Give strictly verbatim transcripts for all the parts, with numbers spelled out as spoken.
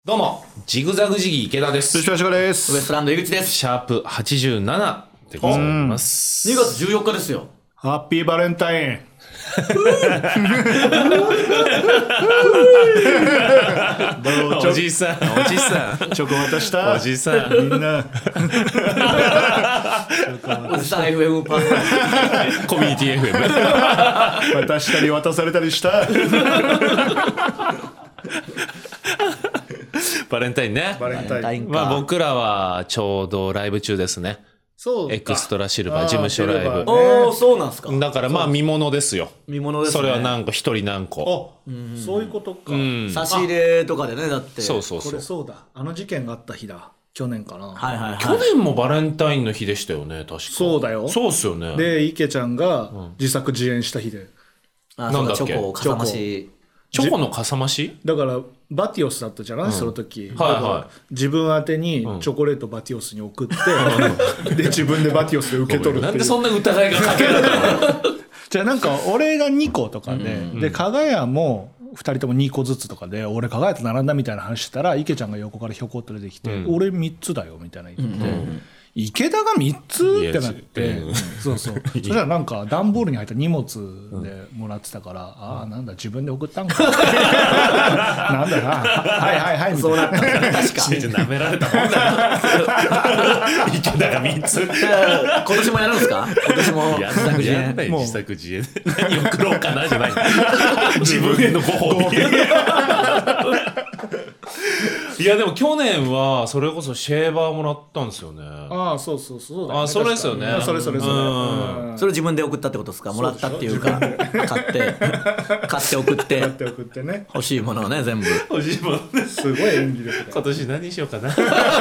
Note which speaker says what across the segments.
Speaker 1: どうもジグザグジギー池田です。
Speaker 2: よろしくお願いします。
Speaker 3: ウエストランド井口です。
Speaker 1: シャープはちじゅうななでございます。
Speaker 3: にがつじゅうよっかですよ。
Speaker 2: ハッピーバレンタイン。
Speaker 1: おじさんおじさん
Speaker 2: チョコ渡した
Speaker 1: おじさん
Speaker 2: みんな
Speaker 3: おじさん エフエム パーソナリティ
Speaker 1: コミュニティ エフエム
Speaker 2: 渡したり渡されたりした
Speaker 1: バレンタインね。
Speaker 2: バレンタイン。
Speaker 1: まあ僕らはちょうどライブ中ですね。
Speaker 2: そう
Speaker 1: エクストラシルバー事務所ライブ。
Speaker 3: おお、そうなんすか。
Speaker 1: だからまあ見物ですよ。
Speaker 3: 見物ですね。
Speaker 1: それは何個一人何個。
Speaker 2: あ、そういうことか。
Speaker 3: 差し入れとかでね、だって
Speaker 1: そうそうそう。
Speaker 2: これそうだ。あの事件があった日だ。去年かな。
Speaker 3: はいはいはい。
Speaker 1: 去年もバレンタインの日でしたよね、確か。
Speaker 2: そうだよ。
Speaker 1: そうっすよね。
Speaker 2: で、池ちゃんが自作自演した日で。
Speaker 3: あ、
Speaker 1: なんだっけ
Speaker 3: チョコをかさ増し。
Speaker 1: チョコのかさ増し？
Speaker 2: だからバティオスだったじゃない、うん、その時、
Speaker 1: はいはい、
Speaker 2: 自分宛てにチョコレートバティオスに送って、うん、で自分でバティオスで受け取るっていう。
Speaker 1: なんでそんな疑いがかけられたの？
Speaker 2: じゃあなんか俺がにことかで、うん、で加賀谷もふたりともにこずつとかで俺加賀谷と並んだみたいな話したら池ちゃんが横からひょこっと出てきて、うん、俺みっつだよみたいな言って、うん、池田がみっつってなって、うん、そうそうそしたらなんか段ボールに入った荷物でもらってたから、うん、ああなんだ自分で送ったんかなんだなはいはいはいみたいな。そうなった確
Speaker 1: かになめられたもんだな池田がみっつ
Speaker 3: 今年もやるんですか？今年も
Speaker 1: 自作自演自作自演何送ろうかなじゃない自分へのご褒美いやでも去年はそれこそシェーバーもらったんですよね。
Speaker 2: ああそうそうそうだ、ね、
Speaker 1: あそれですよね。
Speaker 2: それそれそれ、うん、
Speaker 3: それ自分で送ったってことですか？もらったっていうか買って買って送って
Speaker 2: 買って送ってね、
Speaker 3: 欲しいものをね全部
Speaker 1: 欲しいものね。
Speaker 2: すごい演技ですね。
Speaker 1: 今年何しようかな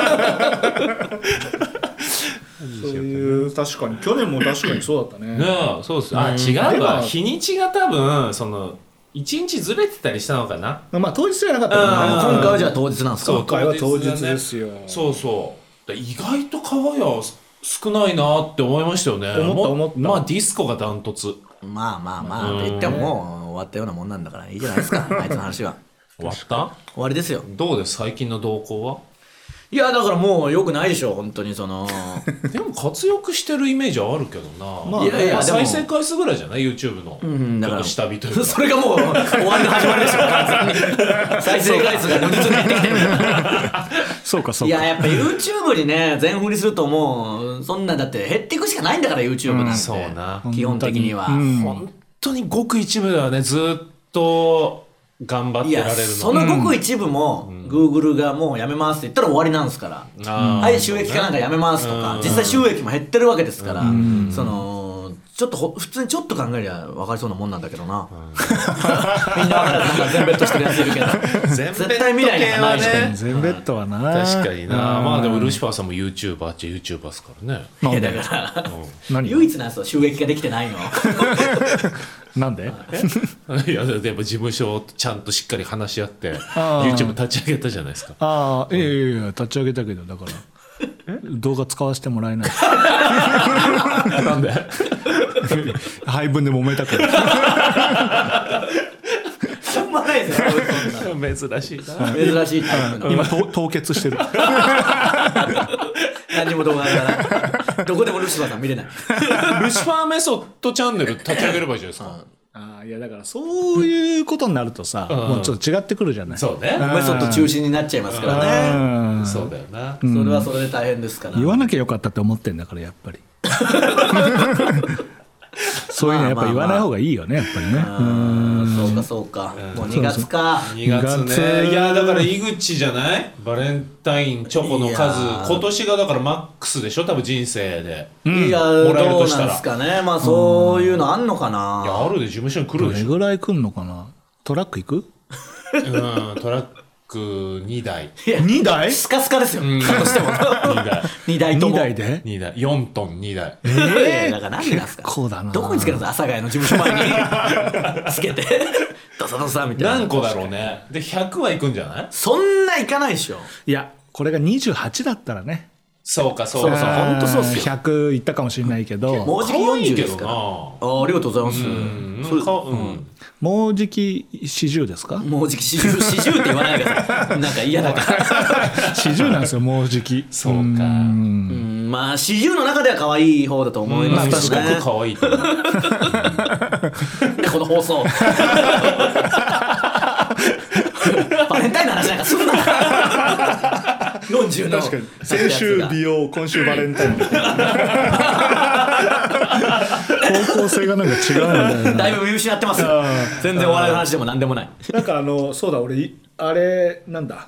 Speaker 2: そういう確かに去年も確かにそうだったね。
Speaker 1: ねえそうです。あ違うわ、日にちが多分その一日ずれてたりしたのかな。
Speaker 2: まあ当日じゃなかったからね。
Speaker 3: 今回はじゃあ当日なんですか？
Speaker 2: 今回は当日ですよ。
Speaker 1: そうそう意外と加賀谷少ないなって思いましたよね。
Speaker 2: 思った思った。
Speaker 1: まあディスコがダントツ。
Speaker 3: まあまあまあって言ってももう終わったようなもんなんだからいいじゃないですかあいつの話は。
Speaker 1: 終わった？
Speaker 3: 終わりですよ。
Speaker 1: どうです最近の動向は？
Speaker 3: いやだからもう良くないでしょ本当にその
Speaker 1: でも活躍してるイメージはあるけどな、
Speaker 3: まあ、いやいや
Speaker 1: 再生回数ぐらいじゃない YouTube の、うん、だから下火というか
Speaker 3: それがもう終わりの始まりでしょ完全に再生回数が如実に減ってきてる
Speaker 2: そうかそうか。
Speaker 3: いややっぱ YouTube にね全振りするともうそんなだって減っていくしかないんだから YouTube なんて、うん、
Speaker 1: そうな
Speaker 3: 基本的には、
Speaker 1: うん、本当にごく一部ではねずっと頑張ってられるの。いや
Speaker 3: そのごく一部も、うん、Google がもうやめますって言ったら終わりなんですから、うん、はい収益化なんかやめますとか、うん、実際収益も減ってるわけですから、うん、そのちょっとほ普通にちょっと考えりゃ分かりそうなもんなんだけどな、うん、みんな分からずなんか全ベッドしてるやついるけど絶対未来なんかないし、
Speaker 2: ね、全ベッドはな
Speaker 1: 確かにな、うん、まあでもルシファーさんも YouTuber っちゃ YouTuber ですからね。
Speaker 3: いやだから、うん、唯一のやつは収益ができてないの
Speaker 2: なんで
Speaker 1: いやでも事務所をちゃんとしっかり話し合って YouTube 立ち上げたじゃないですか。
Speaker 2: ああいやいやいや立ち上げたけどだから動画使わせてもらえない
Speaker 1: なんで
Speaker 2: 配分で揉めたから
Speaker 3: しょうがないですよ
Speaker 1: 珍しいな
Speaker 3: 珍しいタイプの
Speaker 2: 今凍結してる
Speaker 3: 何にも動画ないからどこでもルシファーさん見れない
Speaker 1: ルシファーメソッドチャンネル立ち上げればいいじゃないですか、うん
Speaker 2: あいやだからそういうことになるとさ、うん、もうちょっと違ってくるじゃない。
Speaker 1: そうね
Speaker 3: メソッド中心になっちゃいますからね。
Speaker 1: そうだよな、
Speaker 3: うん、それはそれで大変ですから
Speaker 2: 言わなきゃよかったって思ってんだからやっぱりそういうのやっぱ言わない方がいいよねやっぱりね。
Speaker 3: うんそうかそうか、うん、もうにがつか
Speaker 1: にがつね。いやだから井口じゃないバレンタインチョコの数今年がだからマックスでしょ多分人生で、
Speaker 3: うん、いやもらえるとしたらどうなんすかね。まあそういうのあんのかな。
Speaker 1: いやあるで事務所に来るでしょ。
Speaker 2: どれぐらい来んのかな。トラック行く
Speaker 1: うんトラックにだい
Speaker 2: にだい
Speaker 3: スカスカですよ、うん、だとしてもにだいとも
Speaker 2: にだいで
Speaker 1: にだいよんトンにだい
Speaker 3: ええー、だから何なんですか。
Speaker 2: 結構だな。
Speaker 3: どこにつけるんですか阿佐ヶ谷の事務所前につけてドサドサみたいな。
Speaker 1: 何個だろうね。でひゃくはいくんじゃない。
Speaker 3: そんないかないでしょ。
Speaker 2: いやこれがにじゅうはちだったらね
Speaker 1: そうかそう
Speaker 3: そうそう
Speaker 1: か
Speaker 3: ほんとそうっすよ
Speaker 2: ひゃくいったかもしれないけど、
Speaker 3: もうじきよんじゅうですから。
Speaker 1: 可愛いけどな
Speaker 3: あありがとうございます。
Speaker 1: うん
Speaker 3: それ
Speaker 1: かうん
Speaker 2: もうじき四十ですか？
Speaker 3: もうじき四十四十って言わないでください。なんか嫌だから
Speaker 2: 四十なんですよ、もうじき。
Speaker 1: そうか
Speaker 3: うんまあ四十の中では可愛い方だと思い
Speaker 1: まあ
Speaker 3: ますけどね
Speaker 1: すごく可愛いと思う
Speaker 3: この放送バレンタインの話なんかすんなよんじゅうの
Speaker 2: 確かに先週美容、今週バレンタイン。方向性がなんか違うんだよな。
Speaker 3: だいぶ見失ってますよ。全然お笑いの話でもなんでもない。
Speaker 2: なんかあのそうだ、俺いあれなんだ、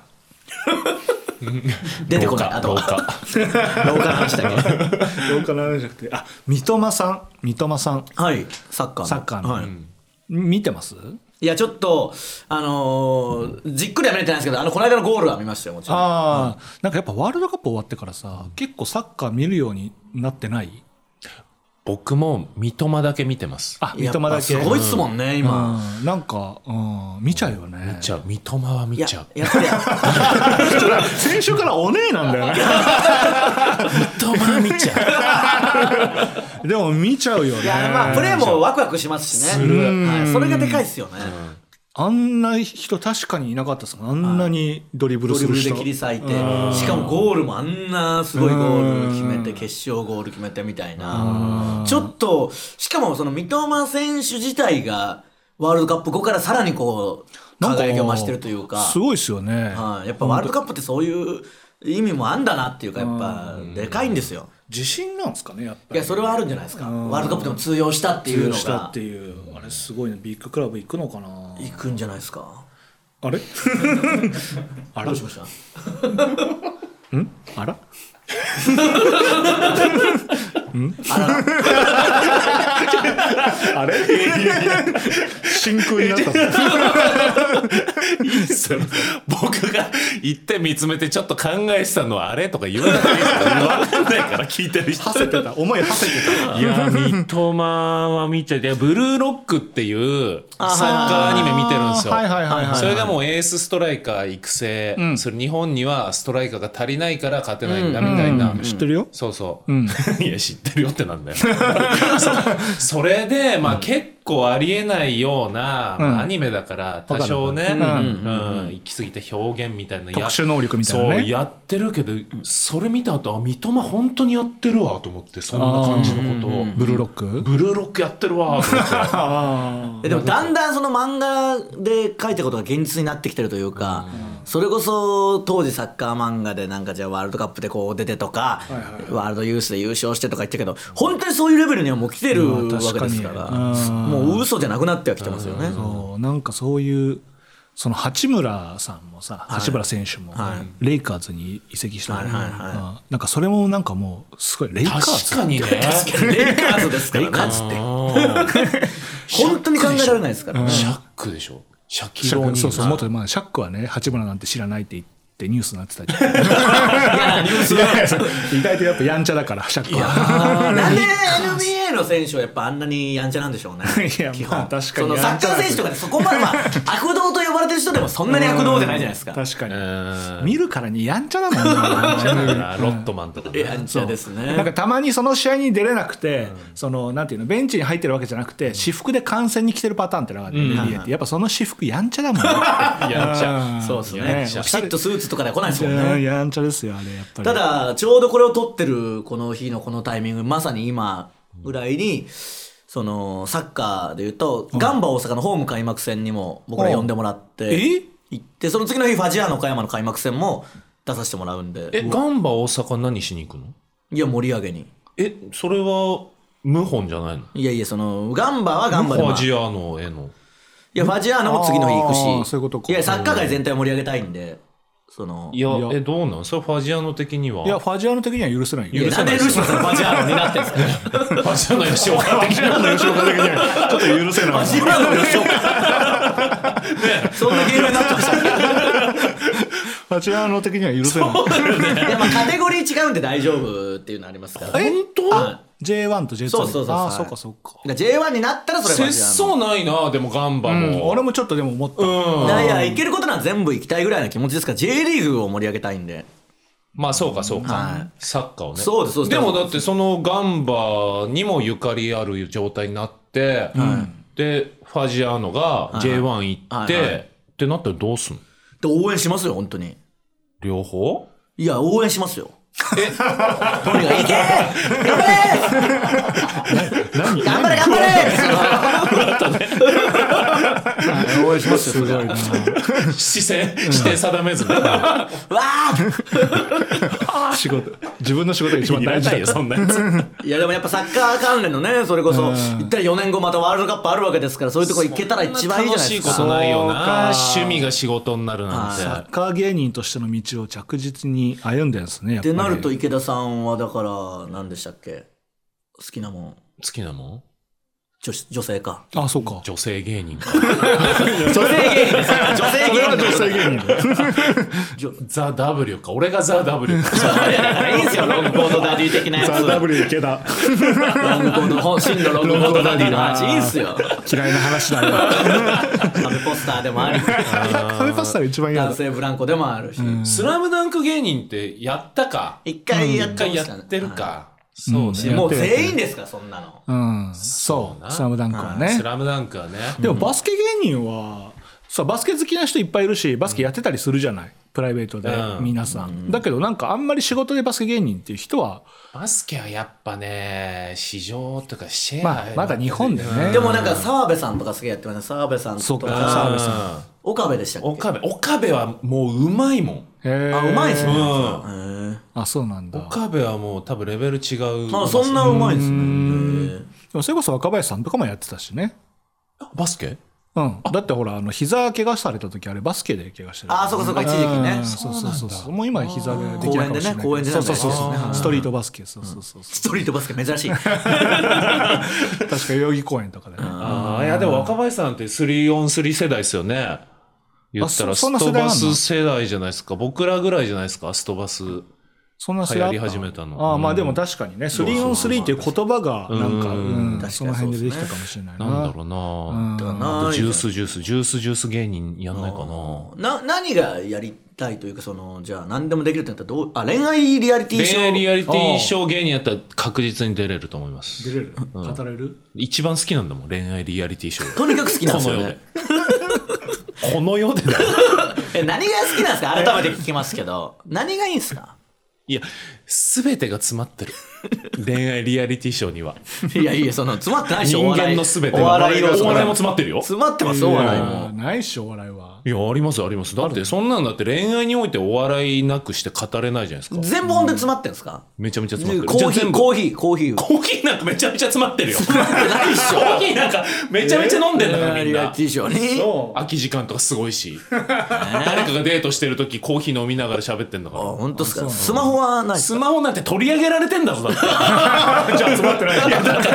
Speaker 3: 出てこない。あと
Speaker 1: 廊下
Speaker 3: 廊下の話だけ。
Speaker 2: 廊下の話じゃなくて、あ、三笘さん、三笘さん、
Speaker 3: はいサッカーの
Speaker 2: サッカーの
Speaker 3: はい
Speaker 2: 見てます？
Speaker 3: いやちょっとあのーじっくりは見れてないんですけど、あのこの間のゴールは見ましたよもちろん。
Speaker 2: ああ、なんかやっぱワールドカップ終わってからさ、結構サッカー見るようになってない？
Speaker 1: 僕も三笘だけ見てます。
Speaker 2: あ、三笘だけ。
Speaker 3: やっぱすごいっすもんね今。
Speaker 2: うん、なんか、うん、見ちゃうよね。
Speaker 1: 見ちゃう。三笘は見
Speaker 3: いや
Speaker 1: ちゃう。
Speaker 3: やっぱり
Speaker 2: 先週からお姉なんだよね。
Speaker 1: 三笘は見ちゃう。
Speaker 2: でも見ちゃうよね。
Speaker 3: いやまあプレーもワクワクしますしね。はい、それがでかいっすよね。
Speaker 2: あんな人確かにいなかったですもん。あんなにドリブル
Speaker 3: ドリブル
Speaker 2: する人。
Speaker 3: で切り裂いて、しかもゴールもあんなすごいゴール決めて、決勝ゴール決めてみたいな。ちょっとしかもその三笘選手自体がワールドカップ後からさらにこう輝きを増してるというか、
Speaker 2: すごいですよね。
Speaker 3: はい、やっぱワールドカップってそういう意味もあんだなっていうか、やっぱでかいんですよ。
Speaker 2: 自信なんですかね、やっぱり。
Speaker 3: いやそれはあるんじゃないですか。ワールドカップでも通用したっていうのが
Speaker 2: したっていう、あれすごいね。ビッグクラブ行くのかな。
Speaker 3: いくんじゃないですか。
Speaker 2: あれあら
Speaker 3: どうしました
Speaker 2: んあらあれ真空になったぞ。
Speaker 1: いいっすよ。僕が一点見つめてちょっと考えてたのはあれとか言わなくていいから分かんないから聞いてる人。
Speaker 2: はせてた、思いはせてた。
Speaker 1: いや三笘は見ちゃう。いやブルーロックっていうサッカーアニメ見てるんですよ。
Speaker 2: はいはいはいはい。
Speaker 1: それがもうエースストライカー育成、うん、それ日本にはストライカーが足りないから勝てないんだみたいな、
Speaker 2: うんうん、知ってるよ。
Speaker 1: そうそう、うん、いや知ってるよってなんだよ。そ, それでまあ、うん、結構ありえないような、うんまあ、アニメだから多少ね、うんうんうん、行き過ぎた表現みたいな
Speaker 2: 特殊能力みたいなね、
Speaker 1: そうやってるけど、それ見た後、あ三笘本当にやってるわと思って、そんな感じのことを。
Speaker 2: ブルーロック
Speaker 1: ブルーロックやってるわと思って
Speaker 3: あでもだんだんその漫画で書いたことが現実になってきてるというか、うん、それこそ当時サッカー漫画でなんかじゃあワールドカップでこう出てとか、はいはい、ワールドユースで優勝してとか言ったけど、本当にそういうレベルにはもう来てるわけですから、もう嘘じゃなくなってはきてますよね。
Speaker 2: そうなんかそういうその八村さんもさ、はい、八村選手もレイカーズに移籍したの、はいはいはい、なんかそれもなんかもうすごいレイカーズ
Speaker 1: 確かにね
Speaker 3: 確かにレイカーズですからね。レイカーズって本当に考えられないですからね。
Speaker 1: シャックでしょ。シャキロニ
Speaker 2: そうそう、もっとまあシャックはね、八村なんて知らないって言ってニュースになってたじゃん。
Speaker 3: いやニュース
Speaker 2: 意外とやっぱやんちゃだからシャック
Speaker 3: は。なんで エヌビーエー の選手はやっぱあんなにやんちゃなんでしょうね。
Speaker 2: いやまあ確かに
Speaker 3: そのサッカー選手とかでそこまでまあ悪童と呼ばれてる人でもそんなに悪童じゃないじゃないですか。
Speaker 2: 確かに見るからにやんちゃだもんな。
Speaker 1: ロットマンとか、
Speaker 3: ね、やんちゃですね。
Speaker 2: なんかたまにその試合に出れなくて、うん、そのなんていうのベンチに入ってるわけじゃなくて、うん、私服で観戦に来てるパターンってのがあって、うん、やっぱその私服やんちゃだもんね。
Speaker 3: やんちゃ。そうですね。ピシッとスーツとかでは来ないですもんね。
Speaker 2: やんちゃですよあれやっぱり。
Speaker 3: ただちょうどこれを撮ってるこの日のこのタイミング、まさに今ぐらいにそのサッカーでいうと、うん、ガンバ大阪のホーム開幕戦にも僕ら呼んでもらって行って、その次の日ファジアーノ岡山の開幕戦も出させてもらうんで。
Speaker 1: えガンバ大阪何しに行くの？
Speaker 3: いや盛り上げに。
Speaker 1: えそれは謀反じゃないの？
Speaker 3: いやいやそのガンバはガンバで、まあ、
Speaker 1: ファジアーノへの
Speaker 3: いやファジアーノも次の日行くし、
Speaker 2: そういうことか。
Speaker 3: いやサッカー界全体を盛り上げたいんで。その
Speaker 1: いやえどうなんそれファジアーノ的には。
Speaker 2: いやファジアーノ的には許せないよ。
Speaker 3: 許せない。なんでルシファーさんファジアーノになってんですか。
Speaker 1: ファジアーノ吉岡的には
Speaker 2: ファジアーノ吉岡的にはちょっと許せない。
Speaker 3: ファジアーノ吉岡ねそんなゲームになってました。
Speaker 2: ファジアーノ的には許せない。
Speaker 3: そうね。いやまあカテゴリー違うんで大丈夫っていうのありますから。
Speaker 2: え本当？ジェイワン と ジェイツー。
Speaker 3: そうそうそう。
Speaker 2: ああそうかそうか。
Speaker 3: ジェイワン になったらそれ
Speaker 1: ファジアーノ。節操ないなでもガンバも、うん、
Speaker 2: 俺もちょっとでも思った。
Speaker 3: うん。いやいや行けることなら全部行きたいぐらいの気持ちですから、 J リーグを盛り上げたいんで。
Speaker 1: まあそうかそうか、
Speaker 3: はい、
Speaker 1: サッカーをね。
Speaker 3: そうですそうです。
Speaker 1: でもだってそのガンバにもゆかりある状態になって、はい、でファジアーノが ジェイワン 行って、はいはいはい、ってなったらどうすんの？
Speaker 3: で応援しますよ本当に。
Speaker 1: 両方？い
Speaker 3: や応援しますよ。え、トニーがいけー頑張れー何頑張れ頑張れ応援しますよ。すごいな。
Speaker 1: 視線視点定めずね。わ
Speaker 2: ー仕事自分の仕事が一番大事だよそんなやつ。
Speaker 3: いやでもやっぱサッカー関連のねそれこそ言ったらよねんごまたワールドカップあるわけですから、そういうとこ行けたら一番いいじゃないですか。
Speaker 1: 楽しいことないよな。趣味が仕事になるなんて。
Speaker 2: サッカー芸人としての道を着実に歩んでるんですね。やっぱり
Speaker 3: ってなると池田さんはだから何でしたっけ、好きなもん。
Speaker 1: 好きなもん
Speaker 3: 女, 女性か。
Speaker 2: あ、そうか。
Speaker 1: 女性芸人か。
Speaker 3: 女性芸人です。女性芸人。
Speaker 2: 女性芸
Speaker 1: 人。ザ・ W か。俺がザ・ W か。
Speaker 3: いいんすよ、ロングコードダディ的なやつ。
Speaker 2: ザ・ W 池田。
Speaker 3: ロングコード、真のロングコードダディの話。いいんすよ。
Speaker 2: 嫌いな話だよ。
Speaker 3: 壁ポスターでもあり。
Speaker 2: 壁ポスター一番嫌だ。
Speaker 3: 男性ブランコでもあるし。
Speaker 1: スラムダンク芸人ってやったか。
Speaker 3: 一回やって
Speaker 1: やってるか。そうね、
Speaker 3: もう全員ですかそんなの。
Speaker 2: うん、そうスラムダンクはね。
Speaker 1: スラムダンクはね。
Speaker 2: でもバスケ芸人はさ、バスケ好きな人いっぱいいるし、バスケやってたりするじゃない、プライベートで皆さん。だけどなんかあんまり仕事でバスケ芸人っていう人は、
Speaker 1: バスケはやっぱね市場とかシェア、
Speaker 2: まあ、まだ日本でね。
Speaker 3: でもなんか澤部さんとかすげえやってますね。澤部さんとか
Speaker 2: 澤部さん、
Speaker 3: 岡部でしたっけ。
Speaker 1: 岡部岡部はもううまいもん。
Speaker 3: へあ、うまいですね。うん、
Speaker 2: あ、そうなんだ。
Speaker 1: 岡部はもう多分レベル違う。
Speaker 3: あ、そんなうまいですね。
Speaker 2: でもそれこそ若林さんとかもやってたしね。
Speaker 1: バスケ？
Speaker 2: うん、だってほらあの膝怪我された時あれバスケで怪我してる。
Speaker 3: あ、そうかそうか、一時期ね。
Speaker 2: そうそうそうそう。もう今膝ができないかもしれない。
Speaker 3: 公園でね、公園でね。
Speaker 2: そうそうそうそう。ストリートバスケ、そうそうそう。
Speaker 3: ストリートバスケ珍しい。確
Speaker 2: か代々木公園とかでね。
Speaker 1: ああ、いやでも若林さんってスリーオンスリー世代ですよね。言ったらストバス世代じゃないですか。僕らぐらいじゃないですか、ストバス。
Speaker 2: そんな
Speaker 1: 流行り始めたの。
Speaker 2: ああ、まあでも確かにね、スリーオンスリーっていう言葉がなんか、うん、その辺でできたかもしれないな。
Speaker 1: なんだろうな。あとジュースジュースジュースジュース芸人やんないかな。
Speaker 3: な何がやりたいというか、そのじゃあ何でもできるってなったらどう、あ、恋愛リアリティショー。
Speaker 1: 恋愛リアリティショー芸人やったら確実に出れると思います。
Speaker 2: 出れる？語れる？
Speaker 1: 一番好きなんだもん、恋愛リアリティショー。
Speaker 3: とにかく好きなんですよね。
Speaker 1: この世でだよ。
Speaker 3: え、何が好きなんですか？改めて聞きますけど、何がいいんですか？
Speaker 1: いや、すべてが詰まってる。恋愛リアリティショーには。
Speaker 3: いやいや、その詰まってないし、
Speaker 1: 人間のすべて。
Speaker 3: お笑い
Speaker 1: お笑いも詰まってるよ。
Speaker 3: 詰まってます、お笑いも。
Speaker 2: ないし、お笑いは。
Speaker 1: いや、ありますあります。だってそんなんだって恋愛においてお笑いなくして語れないじゃないですか。
Speaker 3: 全部本当に詰まってるんですか？
Speaker 1: めちゃめちゃ詰まってる。
Speaker 3: コーヒー、コーヒー、コーヒー。
Speaker 1: コーヒーなんかめちゃめちゃ詰まってるよ。コ
Speaker 3: ないっしょ。
Speaker 1: ーヒーなんかめちゃめちゃ飲んでんだからみんな。
Speaker 3: 空
Speaker 1: き時間とかすごいし。誰かがデートしてるときコーヒー飲みながら喋ってんだから。
Speaker 3: あ、本当ですか？スマホはない？
Speaker 1: スマホなんて取り上げられてんだぞ、だって。じゃあ詰まってない。いや、だから、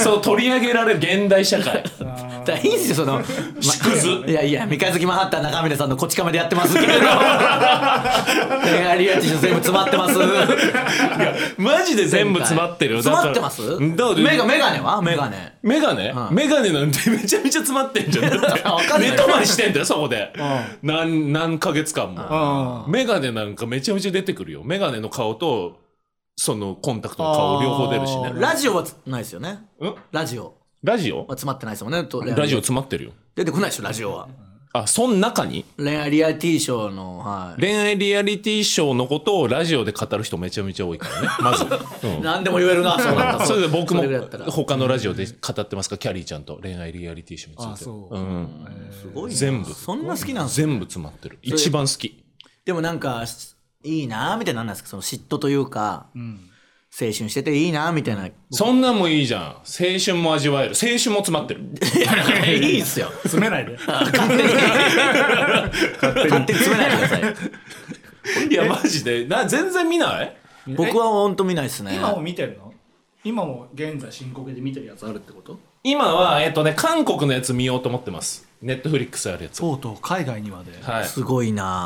Speaker 1: そう、取り上げられる現代社会。
Speaker 3: いいんですよ、その
Speaker 1: 縮図。
Speaker 3: いやいや、三日月マンハッタン中峰さんのこち亀でやってますけれど。恋愛リアリティショー全部詰まってます。い
Speaker 1: や、マジで全部詰まってるよ。
Speaker 3: 詰まってます？メガ、メガネはメガネ。
Speaker 1: メガネ、うん、メガネなんてめちゃめちゃ詰まってんじゃん。寝泊まりしてんだよ、そこで。うん、何、何ヶ月間も。メガネなんかめちゃめちゃ出てくるよ。メガネの顔と、そのコンタクトの顔両方出るしね。
Speaker 3: ラジオはないですよね。
Speaker 1: ん
Speaker 3: ラジオ。
Speaker 1: ラジオ
Speaker 3: は詰まってないですもんね。
Speaker 1: ラジオ詰まってるよ。
Speaker 3: 出てこないでしょ、ラジオは。
Speaker 1: あ、その中に
Speaker 3: 恋愛リアリティショーの、はい、
Speaker 1: 恋愛リアリティショーのことをラジオで語る人めちゃめちゃ多いからね、まず。
Speaker 3: うん、何でも言えるな、そうなんだ。
Speaker 1: それで僕も他のラジオで語ってますか、キャリーちゃんと恋愛リアリティショーについて。あ、そう。うん。
Speaker 3: すごいな。
Speaker 1: 全部。
Speaker 3: そんな好きなんですか？
Speaker 1: 全部詰まってる。一番好き。
Speaker 3: でもなんか、いいなみたいな、なんですか、その嫉妬というか、うん、青春してていいなみたいな。
Speaker 1: そんなんもいいじゃん。青春も味わえる。青春も詰まってる。
Speaker 3: いいっすよ。
Speaker 2: 詰めないで。
Speaker 3: 勝手に勝手に詰めないでください。
Speaker 1: いやマジでな、全然見ない？
Speaker 3: 僕は本当見ないっすね。
Speaker 2: 今も見てるの？今も現在進行形で見てるやつあるってこと？
Speaker 1: 今はえっとね、韓国のやつ見ようと思ってます。ネットフリックスあるやつ。
Speaker 2: とうとう海外にまで。
Speaker 1: はい。
Speaker 3: すごいな。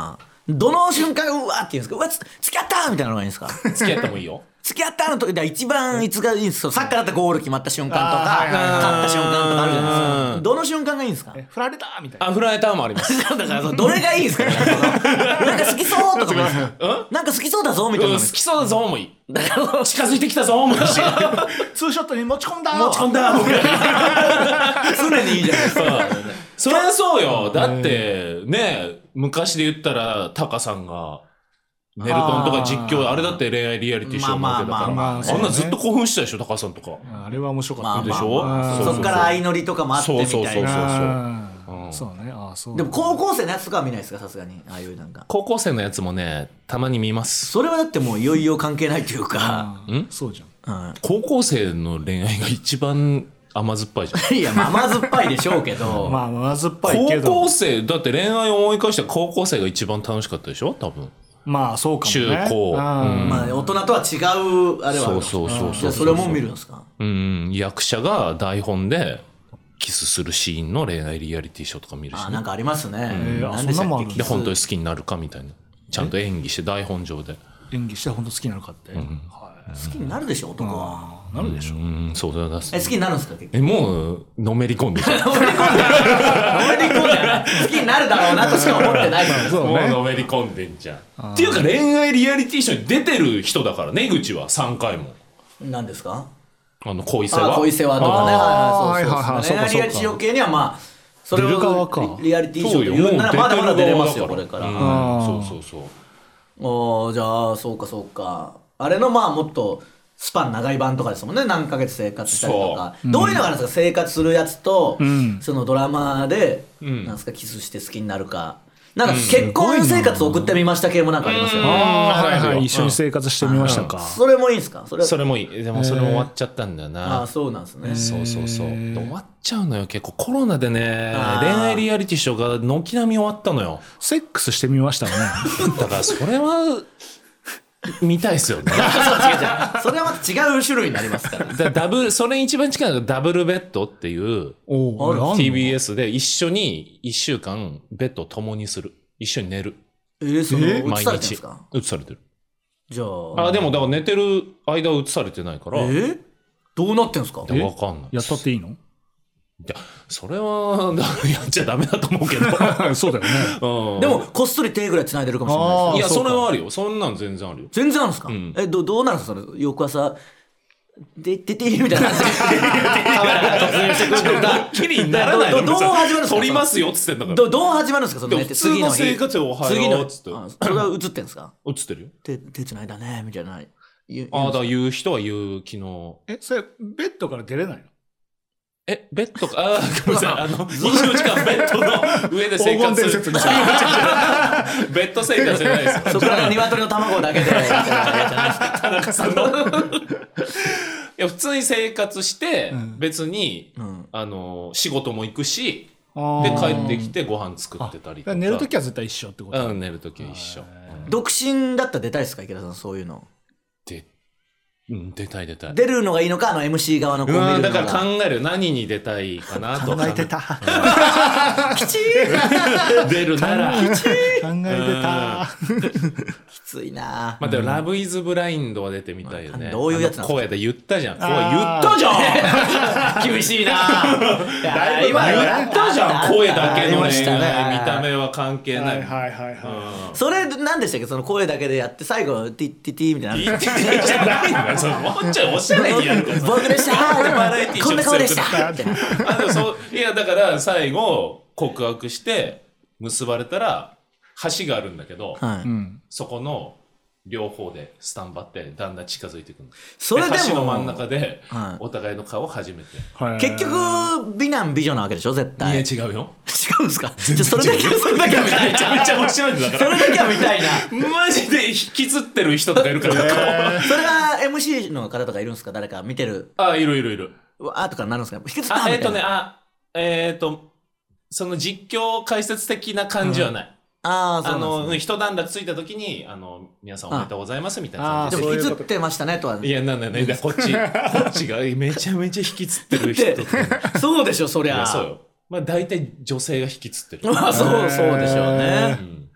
Speaker 3: どの瞬間うわーって言うんですか、うわつ付き合ったみたいなのがいいんですか。
Speaker 1: 付き合ってもいいよ。
Speaker 3: 付き合ったの時で一番いつがいいんですか。サッカーだったらゴール決まった瞬間とか勝った瞬間とかあるじゃないですか。どの瞬間がいいんですか。
Speaker 2: 振られたみたいな。
Speaker 1: あ、振られたもあります。
Speaker 3: だからどれがいいんですか。なんか好きそうとかもいいですか。なんか好きそうだぞみたいな。
Speaker 1: 好きそうだぞもいい。近づいてきたぞもいいし。
Speaker 2: ツーショットに持ち込んだ
Speaker 1: 持ち込んだもいい。
Speaker 3: 常にいいじゃないですか。
Speaker 1: そりゃそうよ。だってね、昔で言ったらタカさんがネルトンとか実況、あれだって恋愛リアリティショーなわけだから、あんなずっと興奮してたでしょ、タカさんとか。
Speaker 2: あれは面白かった
Speaker 1: でしょ。
Speaker 3: そっから相乗りとかもあってみたいな。
Speaker 1: そうそうそう
Speaker 2: そうそうね。あ、そう。
Speaker 3: でも高校生のやつとかは見ないですか、さすがに。ああいうなんか
Speaker 1: 高校生のやつもね、たまに見ます。
Speaker 3: それはだってもういよいよ関係ないというか。
Speaker 2: ん、そうじゃん。
Speaker 1: 高校生の恋愛が一番甘酸っぱいじゃん。
Speaker 3: いや、まあ、甘酸っぱいでしょうけど。
Speaker 2: まあ甘酸っぱいけど。
Speaker 1: 高校生だって恋愛を思い返したら高校生が一番楽しかったでしょ、多分。
Speaker 2: まあそうかもね。
Speaker 1: 中高、うん、
Speaker 3: まあ大人とは違うあれは。
Speaker 1: そうそうそうそう。
Speaker 3: それも見るんですか。
Speaker 1: うん、役者が台本でキスするシーンの恋愛リアリティショーとか見るし、ね。
Speaker 3: あ、なんかありますね。
Speaker 2: うん、なんでしたっけ。
Speaker 1: で本当に好きになるかみたいな、ちゃんと演技して台本上で
Speaker 2: 演技して本当好きになるかって。うん、
Speaker 3: はい、好きになるでしょ男は。
Speaker 2: なるでしょ。う
Speaker 1: ん、そうだ。
Speaker 3: え、好きになるんですか結局。
Speaker 1: え、もうのめり込んでる。のめり込んでる。
Speaker 3: のめり込んでる。好きになるだろうなとしか思ってないから。
Speaker 1: そうね。もうのめり込んでんじゃん。っていうか恋愛リアリティショーに出てる人だからね、江口はさんかいも。
Speaker 3: 何ですか。
Speaker 1: あの恋世話。
Speaker 3: 恋世話とかね。
Speaker 2: はいはいはい。
Speaker 3: 恋愛リアリティショー系にはまあそれをリアリティショーと言うならまだまだ出れますよこれから。
Speaker 1: そうそうそう。
Speaker 3: おー、じゃあそうかそうか。あれのまあもっとスパン長い版とかですもんね。何ヶ月生活したりとか、どういうのがあるんですか。生活するやつと、うん、そのドラマで、うん、なんですかキスして好きになるか、なんか結婚生活を送ってみました系もなんかありますよね。
Speaker 2: あ、はいはい、一緒に生活してみましたか。
Speaker 3: それもいいんですか。それ
Speaker 1: それもいい。でもそれも終わっちゃったんだよな。
Speaker 3: あ、そうなんですね。
Speaker 1: そうそうそう。終わっちゃうのよ結構。コロナでね、恋愛リアリティショーが軒並み終わったのよ。
Speaker 2: セックスしてみましたね。
Speaker 1: だからそれは見たいですよね。
Speaker 3: そう違う違う。それはまた違う種類になりますから。
Speaker 1: だダブル、それに一番近いのがダブルベッドっていう ティービーエス で一緒にいっしゅうかんベッドを共にする。一緒に寝る。
Speaker 3: えー、その
Speaker 1: 毎日
Speaker 3: 映されてるんですか。
Speaker 1: 映されてる。
Speaker 3: じゃあ。
Speaker 1: あ、でもだから寝てる間は映されてないから。
Speaker 3: えー、どうなってんすか。
Speaker 1: わかんない。
Speaker 2: やったっていいの。
Speaker 1: いや、それはやっちゃダメだと思うけど。
Speaker 2: そうだよね。
Speaker 3: うん、でもこっそり手ぐらい繋いでるかもしれないです。
Speaker 1: いや、それはあるよ。そんなん全然あるよ。
Speaker 3: 全然あるんですか。うん、え、どどうなるんですか。それ翌朝でててみたいな感じでカメラが突入してくるとか。
Speaker 1: きりにならないの。
Speaker 3: どう始まるんですか。
Speaker 1: 撮りますよっつってんだから。
Speaker 3: どどう始まるんですか。その
Speaker 1: 普通の生活をおはようっつって。
Speaker 3: それが映ってんですか。
Speaker 1: 映ってるよ。
Speaker 3: 手手繋いだねみたいな。
Speaker 1: ああ、だから言う人は言う昨日。
Speaker 2: え、それベッドから出れないの。
Speaker 1: え、ベッドか、ああ、ごめんなさい、あの、にじゅうよじかんベッドの上で生活する。ベッド生活じゃないですよ。
Speaker 3: そこから鶏の卵だけで。
Speaker 1: 田中さんの。いや、普通に生活して、別に、うん、あの、仕事も行くし、で、帰ってきてご飯作ってたりとか。
Speaker 2: 寝るときは絶対一緒ってこと。
Speaker 1: うん、寝るときは一緒。
Speaker 3: 独身だったら出たいですか、池田さん、そういうの。
Speaker 1: でうん、出たい出たい。
Speaker 3: 出るのがいいのか、あの エムシー 側のこう見るのが。
Speaker 1: うん、だから考える。何に出たいかなと。
Speaker 2: 考えてた。
Speaker 3: きちー
Speaker 1: 出るなら。
Speaker 2: きちー考えてた。
Speaker 3: きついな。
Speaker 1: まあでも、ラブイズブラインドは出てみたいよね。
Speaker 3: どういうやつなの。
Speaker 1: 声で言ったじゃん。声言ったじゃん。
Speaker 3: 厳しいな。
Speaker 1: だいぶ言ったじゃん。声だけの恋愛、見た目は関係ない。
Speaker 2: はいはいはい。
Speaker 3: それ何でしたっけ、その声だけでやって最後ティッティティみたいな。
Speaker 1: ティッティティじゃないんだよ。そのもうちょいおしゃれにやるから。
Speaker 3: 僕でしたー。こんな声でしたーって。
Speaker 1: あでもそういやだから最後告白して結ばれたら橋があるんだけど、はい、そこの両方でスタンバってだんだん近づいていくの。それでも橋の真ん中でお互いの顔を初めて、
Speaker 3: はい、結局美男美女なわけでしょ絶対。
Speaker 1: いや違うよ。
Speaker 3: 違うんですか。じゃそれだけそれだけは見たい。
Speaker 1: めちゃめちゃ面白いんだから。
Speaker 3: それだけは見たいな。
Speaker 1: マジで引きずってる人とかいるから。
Speaker 3: それは エムシー の方とかいるんですか。誰か見てる。
Speaker 1: あいるいるいる。
Speaker 3: わーとかなるんですか。引きずった
Speaker 1: あえっ、ー、とねあえっ、ー、とその実況解説的な感じはない。うん
Speaker 3: あ
Speaker 1: あの、ね、一段落ついた時にあの皆さんおめでとうございますみたいな感じで。
Speaker 3: でも引きずってましたねとは。
Speaker 1: いやなんだねこっちこっちがめちゃめちゃ引きつってる人
Speaker 3: そうでしょそりゃ。
Speaker 1: そうよ。まあ大体女性が引きつってる。
Speaker 3: まあそうそうでしょうね。うん、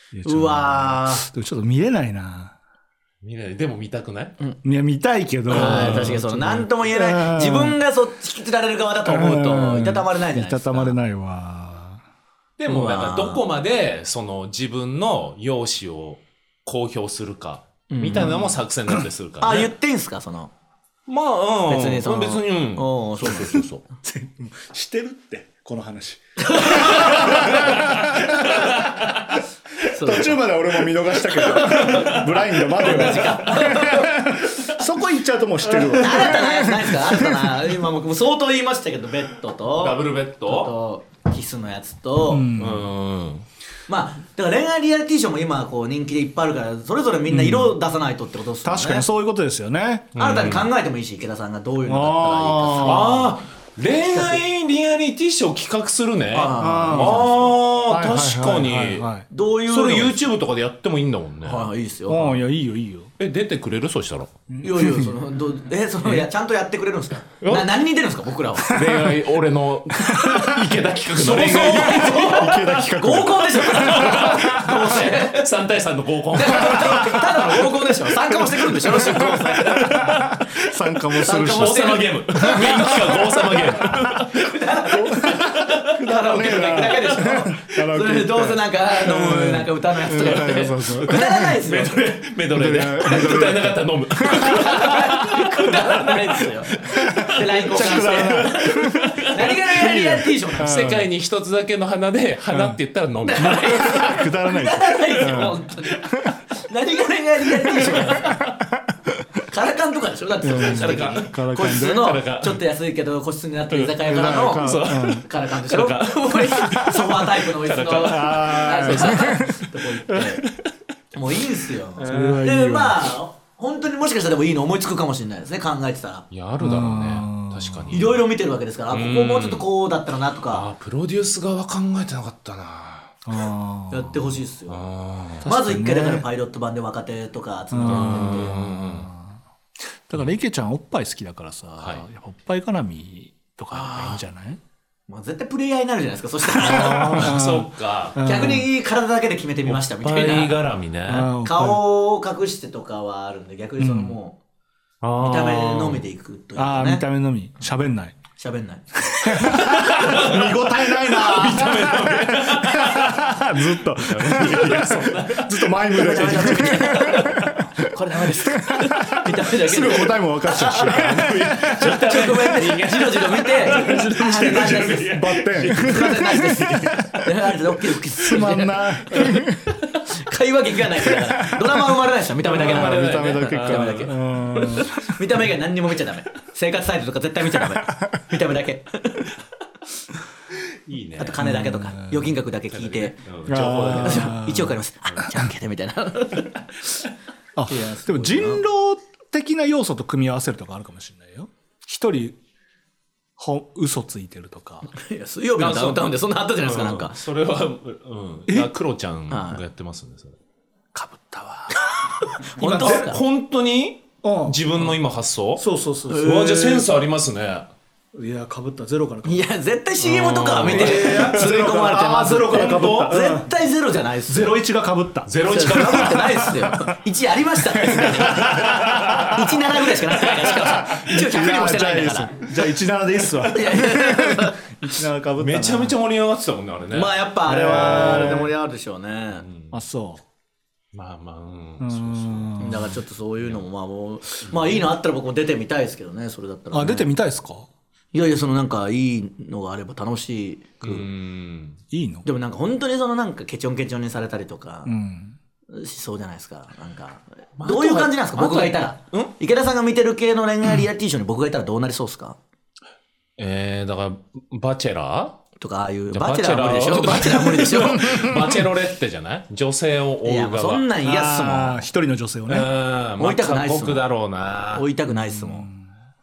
Speaker 3: うわー。
Speaker 2: でもちょっと見れないな。
Speaker 1: 見れない。でも見たくない？
Speaker 2: うん、いや見たいけど。
Speaker 3: 確かにその何とも言えない。自分がそっち引きずられる側だと思うといたたまれないじゃないですか。
Speaker 2: いたたまれないわ。
Speaker 1: でもなんかどこまでその自分の容姿を公表するかみたいなのも作戦だったりするから、
Speaker 3: ね。あ、言ってんすかその。
Speaker 1: まあ、うん、
Speaker 3: 別にその
Speaker 1: 別に、うん、
Speaker 3: おそうそうそうそう
Speaker 2: してるってこの話。途中まで俺も見逃したけどブラインドまで同じかそこ行っちゃうともう知ってるわ。
Speaker 3: 新たなやつないですか？新たな今僕も相当言いましたけど、ベッドと
Speaker 1: ダブルベッド
Speaker 3: とキスのやつと、うん、うんまあだから恋愛リアリティショーも今こう人気でいっぱいあるからそれぞれみんな色を出さないとってことですよね、うん、
Speaker 2: 確かにそういうことですよね。
Speaker 3: 新たに考えてもいいし、池田さんがどういうのだったらいいか。あ
Speaker 1: あ恋愛リアリティショー企画するね。ああ確かに。
Speaker 3: どういう
Speaker 1: それ YouTube とかでやってもいいんだもんね。
Speaker 3: はい、いいですよ。
Speaker 2: あいやいいよいいよ。
Speaker 1: え出てくれる？そしたら。
Speaker 3: いやいやそのどえそのいやちゃんとやってくれるんですか？な何に出るんですか僕らは。
Speaker 1: 恋愛俺の池田企画の恋愛
Speaker 2: 池田企画。
Speaker 3: 合コンでしょ。どうせ
Speaker 1: さん対さんの合コン。
Speaker 3: ただの合コンでしょ。参加もしてくるんでしょ。参
Speaker 2: 加もするし。
Speaker 1: 王様ゲーム。メイン企画王様ゲーム。
Speaker 3: カラオケとか行くだけでしょ。それでどうせなんか飲むなんか歌のやつとかやってくだらないですよ。
Speaker 1: メドレーで歌えなかったら飲む。
Speaker 3: くだらないですよ。で ライン 交換して。何がリアリティショーなんですか？
Speaker 1: 世界に一つだけの花で花って言ったら飲む。
Speaker 2: くだらない。
Speaker 3: くだらないですよ本当に。何が恋愛リアリティショーなんですか？カラカンとかでしょだってその最近個室のちょっと安いけど個室になってる居酒屋からのカラカンでしょ。ソファータイプのお椅子のとこ行ってもういいんすよ。でまあ本当にもしかしたらでもいいの思いつくかもしれないですね考えてたら。
Speaker 1: いやあるだろうね確かに。
Speaker 3: いろいろ見てるわけですからここもうちょっとこうだったらなとか。
Speaker 1: あプロデュース側考えてなかったな。
Speaker 3: あやってほしいっすよ。まず一回だからパイロット版で若手とか集めてやってみて。
Speaker 2: だから池ちゃんおっぱい好きだからさ、はい、やっぱおっぱい絡みとかがいいんじゃない？
Speaker 3: まあ、絶対プレイヤーになるじゃないですかそしたら。
Speaker 1: そっか
Speaker 3: 逆に体だけで決めてみましたみたいな。
Speaker 1: おっぱい絡みね。
Speaker 3: 顔を隠してとかはあるんで逆にそのもう、うん、見た目のみでいくというかね。
Speaker 2: あ見た目のみ喋んない
Speaker 3: 喋んない
Speaker 2: 見応えないな見た目のみずっとずっと前向きで
Speaker 3: これダメです見た目だけ
Speaker 2: すぐ答えも分かっちゃうし
Speaker 3: 直面でじろじろ見て
Speaker 2: バッテンつまんない
Speaker 3: 会話劇がないからドラマ生まれないですよ見た目だけだから
Speaker 2: 見た目だけか
Speaker 3: 見た目以外何にも見ちゃダメ生活サイトとか絶対見ちゃダメ見た目だけ
Speaker 1: いいね。
Speaker 3: あと金だけとか預金額だけ聞いて情報だけいちおくありますあじゃんけんでみたいな
Speaker 2: あでも人狼的な要素と組み合わせるとかあるかもしれないよ。一人ほ嘘ついてるとか。
Speaker 3: いや水曜日のダウンタウンでそんなあったじゃないですか。なんか
Speaker 1: それはうんクロちゃんがやってますねそれ。
Speaker 3: かぶったわ
Speaker 1: 本当本当に自分の今発想。
Speaker 2: そうそうそう
Speaker 1: そうじゃあセンスありますね。
Speaker 2: いやかぶったゼロから
Speaker 3: いや絶対 シーエム とかは見て刷り込まれてます。
Speaker 2: ゼロからかぶった
Speaker 3: 絶対ゼロじゃないっすよ。
Speaker 2: ゼロイチがかぶった
Speaker 1: ゼロイチが
Speaker 3: かぶってないっすよ。いちありましたっていちななぐらいしかなってないからしかも一応ひゃくにもしてないんだから
Speaker 2: じゃあいちななでいいっすわいちななかぶった
Speaker 1: めちゃめちゃ盛り上がってたもんねあれね。
Speaker 3: まあやっぱあれはあれで盛り上がるでしょうね。
Speaker 2: あそう
Speaker 1: まあまあうん
Speaker 3: だからちょっとそういうのもまあもうまあいいのあったら僕も出てみたいですけどねそれだったら。
Speaker 2: あ出てみたいですか？
Speaker 3: いやいやそのなんかいいのがあれば楽しく
Speaker 2: うんいいの
Speaker 3: でもなんか本当にそのなんかケチョンケチョンにされたりとかしそうじゃないですか。なんかどういう感じなんですか僕がいたら。池田さんが見てる系の恋愛リアリティショーに僕がいたらどうなりそうですか？
Speaker 1: えーだからバチェラー
Speaker 3: とかああいうバチェラー無理でしょ。バチェラー無理でしょ。
Speaker 1: バチェロレッテじゃない女性を追う側。いや
Speaker 3: そんなん嫌っすもん。
Speaker 2: 一人の女性をね
Speaker 3: 追いたくないっすもん。
Speaker 1: 僕だろうな
Speaker 3: 追いたくないっすもん。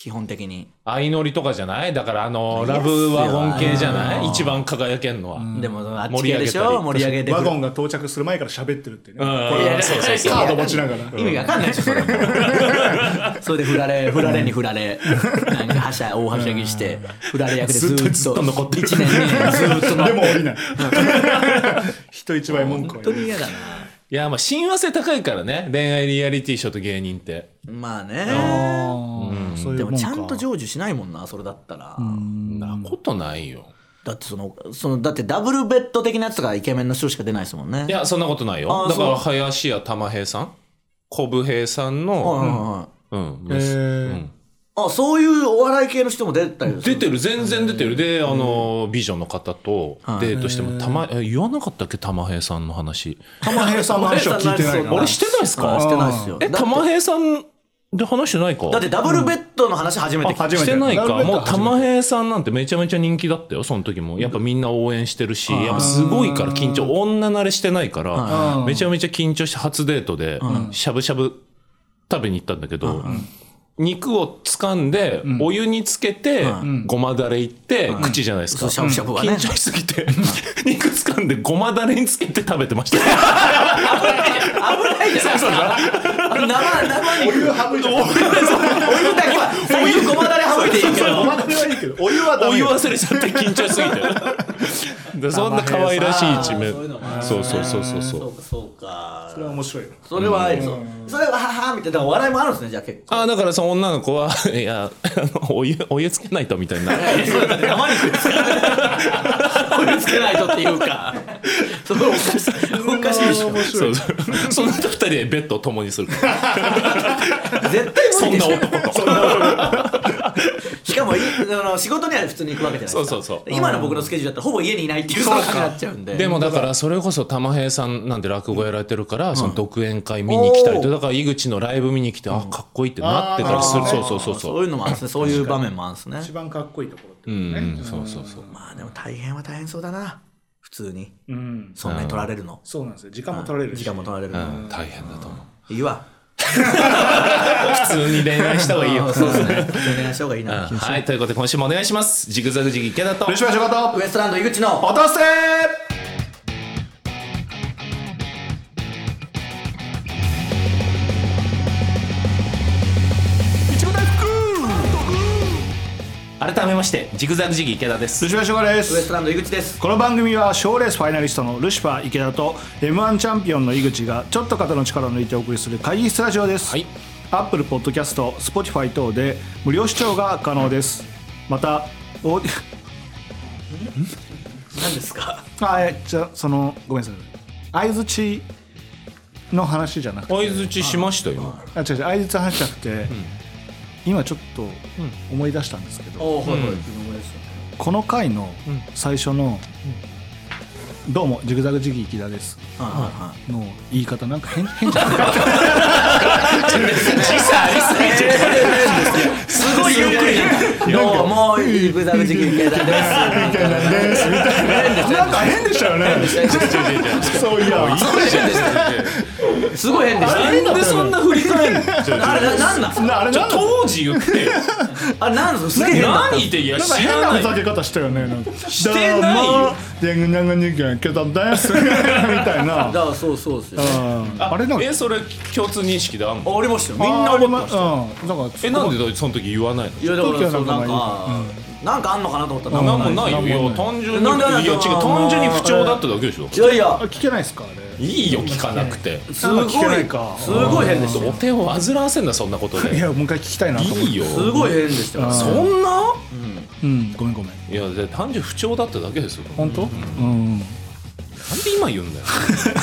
Speaker 3: 基本的に
Speaker 1: 相乗りとかじゃない？だからあのラブワゴン系じゃない？一番輝けんのは、うん、
Speaker 3: でもあっち系でしょ、盛り上げて
Speaker 2: ワゴンが到着する前から喋ってるってね、
Speaker 1: うん、これそうそうそう
Speaker 2: カード持ちながら
Speaker 3: 意味わかんないでしょそれもそれで振られ振られに振られなんかはしゃ大はしゃぎして振られ役でずっと
Speaker 1: ずっと残ってる
Speaker 3: いちねんにねんずっと
Speaker 2: でも降りない人一倍文句
Speaker 3: 本当に嫌だな。
Speaker 1: いやまあ親和性高いからね、恋愛リアリティショーと芸人って。
Speaker 3: まあね、
Speaker 2: あ、うん、そういう
Speaker 3: で
Speaker 2: もんか。
Speaker 3: もちゃんと成就しないもんなそれだったら。
Speaker 1: んなことないよ。
Speaker 3: だってそのそのだってダブルベッド的なやつとかイケメンの人しか出ないですもんね。
Speaker 1: いやそんなことないよ。だから林家玉平さん、小武平さんの、うん、うん、えー、うん、
Speaker 3: あ、そういうお笑い系の人も出たりする。
Speaker 1: 出てる、全然出てる。で、あのビジョンの方とデートしても、たま言わなかったっけ、玉平さんの話。
Speaker 2: 玉平さんの話は聞いてないな。
Speaker 1: 俺してないっすか？
Speaker 3: してないっすよ。
Speaker 1: え、玉平さんで話してないか？
Speaker 3: だってダブルベッドの話初めて聞いた。
Speaker 1: してないか。もう玉平さんなんてめちゃめちゃ人気だったよ、その時も。やっぱみんな応援してるし、やっぱすごいから緊張、女慣れしてないから、めちゃめちゃ緊張して初デートでしゃぶしゃぶ食べに行ったんだけど、肉を掴んで、うん、お湯につけて、うん、ごまだれいって、うん、口じゃないですか、うん、
Speaker 3: しゃぶしゃぶはね、
Speaker 1: 緊張しすぎて肉掴んでごまだれにつけて食べてました。
Speaker 3: 危ないじゃん、危ないじゃん。そうそう生生肉お湯省いて、お湯だけはお湯ごまだれ省いていいけど、ごまだれはいいけどお湯はダメ。
Speaker 1: お湯忘れちゃって緊張しすぎてでそんな可愛らしい一面。そうそうそうそうそう。
Speaker 3: そうか。
Speaker 2: それは面白いな。
Speaker 3: それは、うん、それはははみたいな笑いもあるんですね、じゃあ結構。
Speaker 1: あ、だからその女の子はいやあのお湯お湯つけないとみたいな。
Speaker 3: そうだって生肉ですからお湯つけないとっていうか。それおかしいおかしいでしょ。
Speaker 1: そうそう。その後二人でベッドを共にする。絶
Speaker 3: 対無理でしょ。
Speaker 1: そんな男と。そんな男。
Speaker 3: しかもあの仕事には普通に行くわけじゃないですか。
Speaker 1: そうそうそう。
Speaker 3: 今の僕のスケジュールだったらほぼ家にいないっていう感じになっちゃうんで。
Speaker 1: でもだからそれこそ玉平さんなんて落語やられてるから、うん、その独演会見に来たりと、だから井口のライブ見に来て、うん、あかっこいいってなってからする。そうそうそうそう。
Speaker 3: そういうのもあるんですね。そういう場面もあるんですね。
Speaker 2: 一番かっこいいところってね。
Speaker 1: うん、そうそうそう。
Speaker 3: まあでも大変は大変そうだな。普通に。うん。そんなに取られるの。
Speaker 2: そうなんですよ。時間も取られるし。
Speaker 3: 時間も取られる。
Speaker 1: 大変だと思う。
Speaker 3: いいわ。
Speaker 1: 普通に恋愛した方がいいよ。
Speaker 3: そうですね。普通に恋愛した方がいいな。
Speaker 1: はい、ということで今週もお願いします。ジグザグジギ池田と
Speaker 2: 吉村翔と
Speaker 3: ウエストランド井口の
Speaker 2: 落とせ。
Speaker 1: 改めましてジグザグジギ池田です。
Speaker 2: 吉村翔です。
Speaker 3: ウエストランド井口です。
Speaker 2: この番組は賞レースファイナリストのルシファー池田と エムワン チャンピオンの井口がちょっと肩の力を抜いてお送りする会議室ラジオです。はい、Apple Podcast、Spotify 等で無料視聴が可能です。またオーディ
Speaker 3: 何ですか？
Speaker 2: あ、えじゃそのごめんなさい、相づちの話じゃなくて。
Speaker 1: 相づちしましたよ。
Speaker 2: あ、違う違う、相づちの話じゃなくて、うん、今ちょっと思い出したんですけど、うん、この回の最初の、うん、どうもジグザグジギ池田ですの言い方なんか変変じゃないか。時差ありすぎて
Speaker 3: すごいゆっくりどうもジグザグジギ池田ですみたいなですみたいな、
Speaker 2: なんか変でしたよね。そういや
Speaker 3: すごい変でした。
Speaker 1: なんでそんな振り返るの？
Speaker 3: あれなんなん？
Speaker 1: あれ当時言ってよ。
Speaker 3: あれなんですか？すげえ変だった。
Speaker 1: 何っていや
Speaker 2: なんか変なふざけ方したよね。なんか
Speaker 1: してないよ。
Speaker 2: でんぐにゃんぐにゃんけたですみたいな。
Speaker 3: だからそうそうですよ。
Speaker 1: あれなんかえそれ共通認識であんの？
Speaker 3: ありましたよ。みんな思ってました。
Speaker 1: えなんでその時言わないの？
Speaker 3: いやだからそうなんかなんかあんのかなと思ったら
Speaker 1: なんもないよ。いや単純にいや違う単純に不調だっただけでしょ。
Speaker 2: いやいや聞けないですかあれ。
Speaker 1: いいよ聞かなくて。
Speaker 3: すごいすごい変でした。
Speaker 1: お手を煩わせんなそんなことで。
Speaker 2: いやもう一回聞きたいなと思って。
Speaker 1: いいよ。
Speaker 3: すごい変でしたよ。
Speaker 1: そんな？
Speaker 2: うん、ごめんごめん。
Speaker 1: いやで単純不調だっただけですよ。
Speaker 2: 本当？うん。
Speaker 1: なんで今言うんだよ。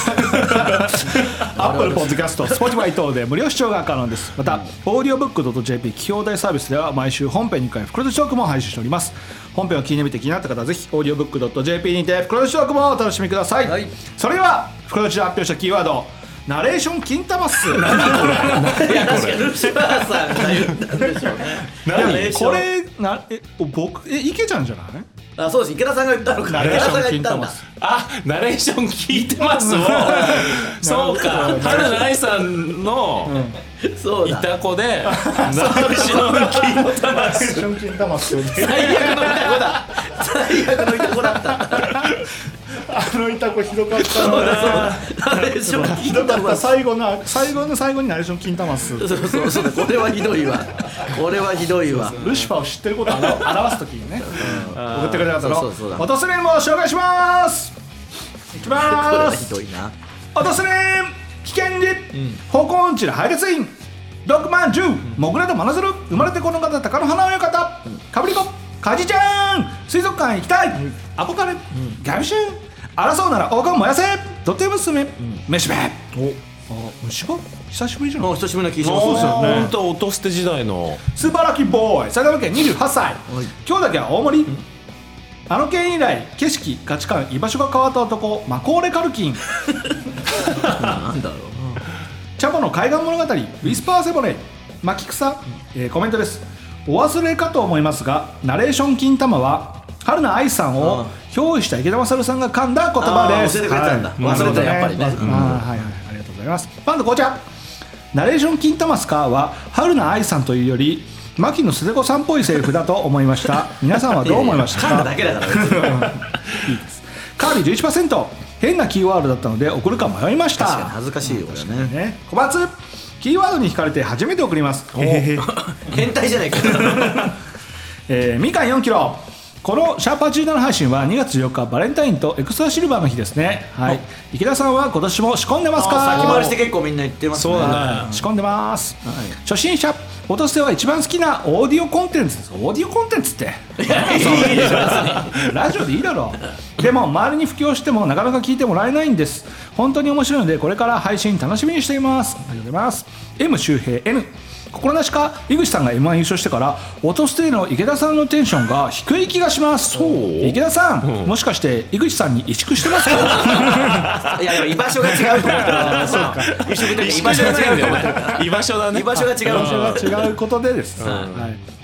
Speaker 2: Apple Podcast、Spotify 等で無料視聴が可能です。また、オーディオブックドットジェーピー 聞き放題サービスでは毎週本編にかい袋としトークも配信しております。本編を聞いてみて気になった方はぜひ オーディオブックドットジェーピー にて袋としトークもお楽しみください。はい、それでは袋としで発表したキーワードナレーション金玉っす。
Speaker 3: 何これ？いや確かにルシファーさんが言ったんでしょうね。
Speaker 2: 何これなえ僕え池ちゃんじゃない？
Speaker 3: あ、そうです。池田さんが言ったのか。
Speaker 2: ナレーション聞いて
Speaker 3: んだ。
Speaker 2: ます。
Speaker 1: あ、ナレーション聞いてますをそうか、春菜愛さんの
Speaker 3: そうだ。
Speaker 1: いた子でナレーション金玉
Speaker 2: ナレーション金玉すよね。
Speaker 3: 最悪のいた子だ。最悪のいた子だった。
Speaker 2: あのいた子ひどかった
Speaker 3: そうだそうだ。ナレーション
Speaker 2: ひどかった。最後の最後の最後にナレーション金玉す。
Speaker 3: そうそうそうだ。これはひどいわ。これはひどいわ。
Speaker 2: ルシファーを知ってることを表すときにね、送ってくれた方の
Speaker 3: そうそうそうだ
Speaker 2: 落とすネームを紹介します。いきま
Speaker 3: これは
Speaker 2: ーす。
Speaker 3: ひどいな。
Speaker 2: 落とすネーム危険に方向音痴な配列員ドッグマンじゅうモグラと真鶴生まれてこの方高野花親方かぶりこカジちゃん水族館行きたいアボカルギャビシュン争うなら王冠燃やせドッテ娘めしべおあ虫歯久しぶりじゃない？
Speaker 3: もう久しぶりな気がします。
Speaker 2: そうですよね。
Speaker 1: ほんと音捨て時代の
Speaker 2: スーパーラッキーボーイ埼玉県にじゅうはっさい今日だけは大盛りあの件以来景色価値観居場所が変わった男マコーレカルキン
Speaker 3: なんだろう。
Speaker 2: チャボの海岸物語ウィスパーセボレ巻き草、えーコメントです。お忘れかと思いますがナレーション金玉は春菜愛さんを憑依した池田勝さんが噛んだ言葉です。
Speaker 3: あー教えてくれたんだ忘れたやっぱりね
Speaker 2: あーはいはいありがとうございます。パンダ紅茶ナレーション金玉スカーは春菜愛さんというより牧野捨て子さんっぽいセリフだと思いました。皆さんはどう思いましたか？
Speaker 3: 噛んだだけだから別に。
Speaker 2: いいです。カービィ じゅういちパーセント 変なキーワードだったので送るか迷いました。
Speaker 3: 確かに恥ずかしいよこれね。
Speaker 2: ね、小松キーワードに惹かれて初めて送ります。へへへ
Speaker 3: 変態じゃないか。
Speaker 2: えー、みかんよんキロこのシャープはちじゅうなな配信はにがつよっかバレンタインとエクストラシルバーの日ですね。はい、池田さんは今年も仕込んでますか？
Speaker 3: 先回りして結構みんな言ってますね。
Speaker 1: そうだね
Speaker 2: 仕込んでます、はい、初心者フォトステは一番好きなオーディオコンテンツです。オーディオコンテンツって
Speaker 3: いやいいでしょ
Speaker 2: ラジオでいいだろう。でも周りに布教してもなかなか聞いてもらえないんです。本当に面白いのでこれから配信楽しみにしています。ありがとうございます。 M 周平 N 心なしか井口さんが エムワン 優勝してから音ステの池田さんのテンションが低い気がします。そう池田さん、うん、もしかして井口さんに萎縮してますか？
Speaker 3: いやいや居場所が違うと思ってるからそうか萎縮というか居場所が違うと思ってるから
Speaker 1: 居場所だね。
Speaker 3: 居場所が違う
Speaker 2: 居場所が違うことでです、はい、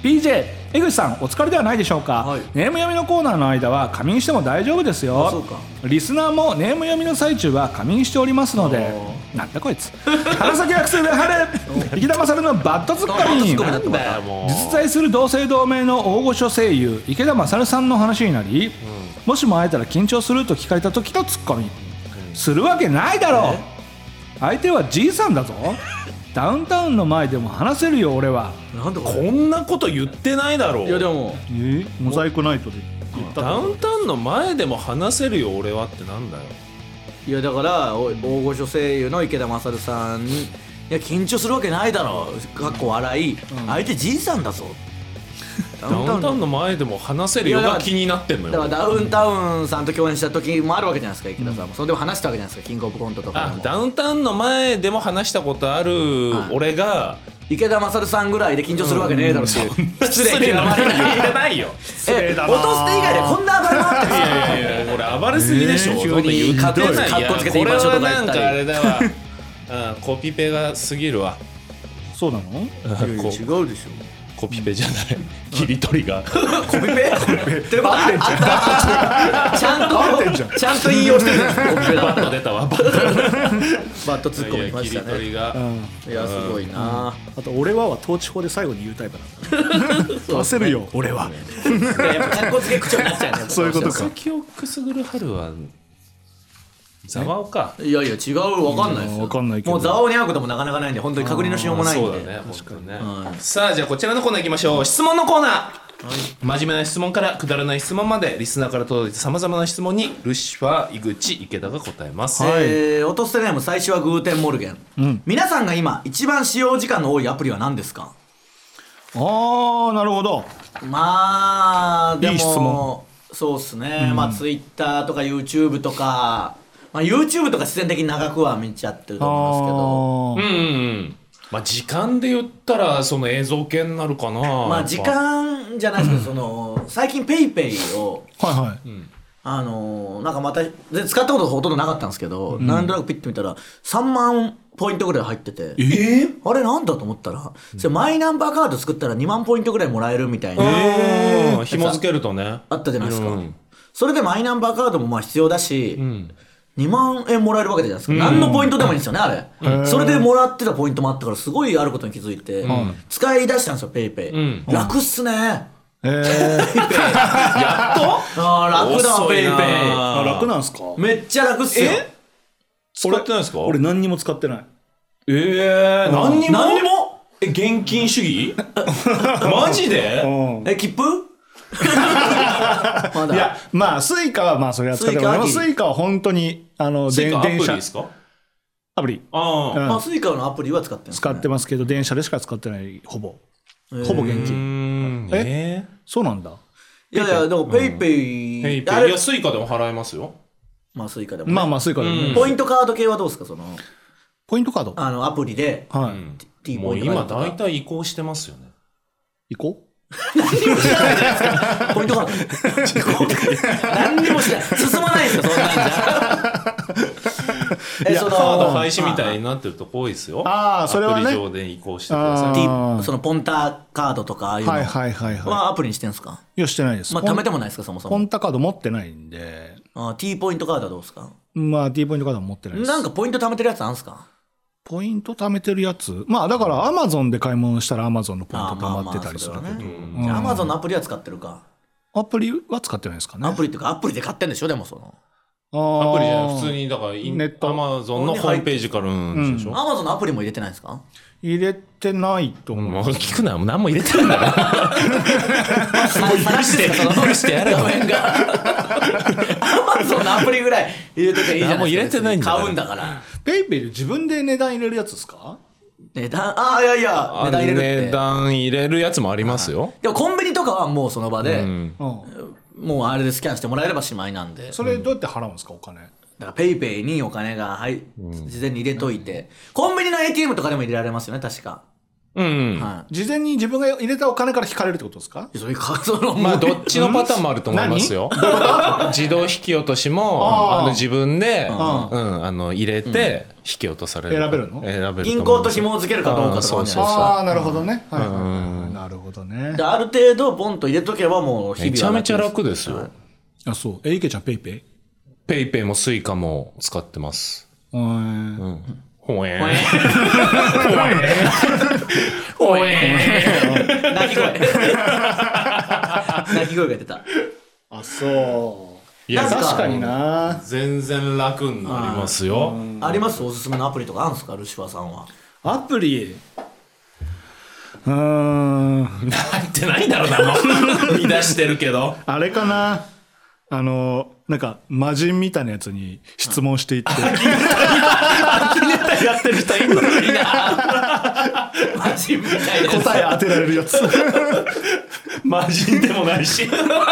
Speaker 2: ピージェー 江口さんお疲れではないでしょうか、はい、ネーム読みのコーナーの間は仮眠しても大丈夫ですよ。
Speaker 3: そうか
Speaker 2: リスナーもネーム読みの最中は仮眠しておりますのでなんだこいつ花咲学生で晴れ池田勝のバッドツッコミ
Speaker 1: なんだよもう
Speaker 2: 実在する同姓同名の大御所声優池田勝さんの話になり、うん、もしも会えたら緊張すると聞かれた時のツッコミ、うん、するわけないだろう。相手はじいさんだぞ。ダウンタウンの前でも話せるよ俺は。
Speaker 1: なんでこんなこと言ってないだろう。
Speaker 3: いやでも
Speaker 2: えモザイクナイトで言った
Speaker 1: ダウンタウンの前でも話せるよ俺はってなんだよ。
Speaker 3: いやだから大御所声優の池田勝さんにいや緊張するわけないだろうかっこ笑い、うん、相手じいさんだぞ。
Speaker 1: ダウンタウンの前でも話せるよが気になってんのよ。
Speaker 3: だからダウンタウンさんと共演した時もあるわけじゃないですか池田さんも、うん、それでも話したわけじゃないですかキングオブコントとかでも。
Speaker 1: あダウンタウンの前でも話したことある俺が、はい、
Speaker 3: 池田勝さんぐらいで緊張するわけねえだろっていう、うん、失礼
Speaker 1: 極まりないよ。
Speaker 3: え音捨て以外でこんな暴れ回ってる。
Speaker 1: いやいやいや俺暴れすぎでしょ。
Speaker 3: 急にカッコつけて居場所とか言ったり。これはなんかあれだわ
Speaker 1: うん、コピペが過ぎるわ。
Speaker 2: そうなの？
Speaker 3: 違うでしょ。
Speaker 1: コピペじゃない切り取りが
Speaker 3: コピペっていうことあちゃんとちゃんと引用してるんですコピペ
Speaker 1: バット出たわバット
Speaker 3: バット突っ込みましたね。
Speaker 1: 切り取りが、うん、
Speaker 3: いやすごいな、うん、
Speaker 2: あと俺はは統治法で最後に言うタイプなんだ話せるよ俺は。
Speaker 3: やっぱ格好つけ口調になっちゃうね。
Speaker 2: そういうことか。
Speaker 1: 佐々木をくすぐる春はザワオか。
Speaker 3: いやいや違う分かんないですよ。
Speaker 2: 分かんないけど
Speaker 3: もうザワオに会うこともなかなかないんで本当に確認のしようもないんで。
Speaker 1: そうだね確かにね、はい、さあじゃあこちらのコーナー行きましょう。質問のコーナー、はい、真面目な質問からくだらない質問までリスナーから届いたさまざまな質問にルシファー井口池田が答えます。
Speaker 3: はい、えー、落とすテネーム最初はグーテンモルゲン、うん、皆さんが今一番使用時間の多いアプリは何ですか？
Speaker 2: あーなるほど。
Speaker 3: まあでも
Speaker 2: いい質問。
Speaker 3: そうっすね、
Speaker 2: うん、
Speaker 3: まあ Twitter とか YouTube とかまあ、YouTube とか自然的に長くは見ちゃってると思
Speaker 1: いますけど、うんうんうん、まあ時間で言ったらその映像系になるかな。
Speaker 3: まあ時間じゃないですけど、うん、その最近 PayPay を、
Speaker 2: はいはい、
Speaker 3: あのー、なんかまた全然使ったことほとんどなかったんですけど、うん、なんとなくピッて見たらさんまんポイントぐらい入ってて、えー、あれなんだと思ったら、それマイナンバーカード作ったらにまんポイントぐらいもらえるみたいな、
Speaker 1: えー、紐付けるとね
Speaker 3: あったじゃないですか、うん、それでマイナンバーカードもまあ必要だし、うん、にまんえんもらえるわけじゃないですか、うん、何のポイントでもいいんですよねあれ、うん、それでもらってたポイントもあったからすごいあることに気づいて、うん、使い出したんですよペイペイ、うん、楽っすね、えー、やっとあ楽だわペイペイ
Speaker 2: あ楽なんすか
Speaker 3: めっちゃ楽っすよえ
Speaker 1: 使ってないですか
Speaker 2: 俺何にも使ってない
Speaker 1: えー、何にも
Speaker 3: 何にも
Speaker 1: え現金主義マジで
Speaker 3: え切符
Speaker 2: まだいやまあスイカはまあそれは使ってないスイカは本当にあの
Speaker 1: スイカアプリですか
Speaker 2: アプリ
Speaker 3: あ、うん、あスイカのアプリは使ってるんですか、ね、
Speaker 2: 使ってますけど電車でしか使ってないほぼほぼ現金え、えー、そうなんだ
Speaker 3: いやいやでもペイペイ、
Speaker 1: うん、ペイペイいやスイカでも払えますよ
Speaker 3: まあスイカでも、ね、
Speaker 2: まあまあスイカでも、ね、
Speaker 3: ポイントカード系はどうですかその
Speaker 2: ポイントカード
Speaker 3: あのアプリで、
Speaker 2: はい
Speaker 1: うん、T ポイントカードもう今大体移行してますよね
Speaker 2: 移行
Speaker 3: 何にもしないじゃないですかポイントカード何にもしない進まないですよそんなんじゃ
Speaker 1: えそのカード廃止みたいになってるとこ多いですよ
Speaker 2: ああそれはね
Speaker 1: アプリ上で移行してください
Speaker 3: T そのポンタカードとかああいうのは、
Speaker 2: はいはいはい
Speaker 3: はい、アプリにしてんすか
Speaker 2: いやしてないです
Speaker 3: まあ貯めてもないですかそもそも
Speaker 2: ポンタカード持ってないんで
Speaker 3: あ T ポイントカードはどうですか
Speaker 2: まあ T ポイントカードは持ってないです
Speaker 3: なんかポイント貯めてるやつあるんすか
Speaker 2: ポイント貯めてるやつまあだからアマゾンで買い物したらアマゾンのポイント貯まってたりするけど
Speaker 3: アマゾンのアプリは使ってるか
Speaker 2: アプリは使ってないですかね
Speaker 3: アプリっていうかアプリで買ってんでしょでもその
Speaker 1: アプリじゃない普通にだからネットアマゾンのホームページからうんでしょ
Speaker 3: アマゾンのアプリも入れてないんですか
Speaker 2: 入れてないと思う、
Speaker 1: もう聞くなもう何も入れてないんだからもう許して許してやる画面が
Speaker 3: アマゾンのアプリぐらい入れてていいじゃないですか
Speaker 1: もう入れてないんだ
Speaker 3: 買うんだから
Speaker 2: ペイペイで自分で値段入れるやつですか
Speaker 3: 値段ああいやいや値段入れるって
Speaker 1: 値段入れるやつもありますよ
Speaker 3: でもコンビニとかはもうその場で、うん、もうあれでスキャンしてもらえればしまいなんで
Speaker 2: それどうやって払うんですかお金
Speaker 3: だからペイペイにお金が、はい、事前に入れといて、うん、コンビニの エーティーエム とかでも入れられますよね確か
Speaker 1: うん、
Speaker 2: はい、事前に自分が入れたお金から引かれるってことですか
Speaker 3: それかその
Speaker 1: まあどっちのパターンもあると思いますよ自動引き落としもあの自分で、うん、あの入れて引き落とされる、
Speaker 2: 選べるの
Speaker 3: 選べる銀行と紐付けるかどうかとかね
Speaker 2: ああなるほどね、はいはいはい、なるほどね
Speaker 3: である程度ポンと入れとけばもう日々は
Speaker 1: めちゃめちゃ楽ですよ、はい、
Speaker 2: あそうえいけちゃんペイペイ
Speaker 1: ペイペイもスイカも使ってます
Speaker 2: うん、
Speaker 1: うんほえー
Speaker 3: ほえー泣き声泣き声が出た
Speaker 2: あそういや確かにな
Speaker 1: 全然楽になりますよ
Speaker 3: ありますおすすめのアプリとかあるんですかルシファーさんは
Speaker 2: アプリうーん
Speaker 1: 入ってないんだろうなもう見出してるけど
Speaker 2: あれかなあのなんか魔人みたいなやつに質問していって
Speaker 3: アキネタやってる人いるのにな魔人みたいな
Speaker 2: 答え当てられるやつ
Speaker 1: 魔人でもないし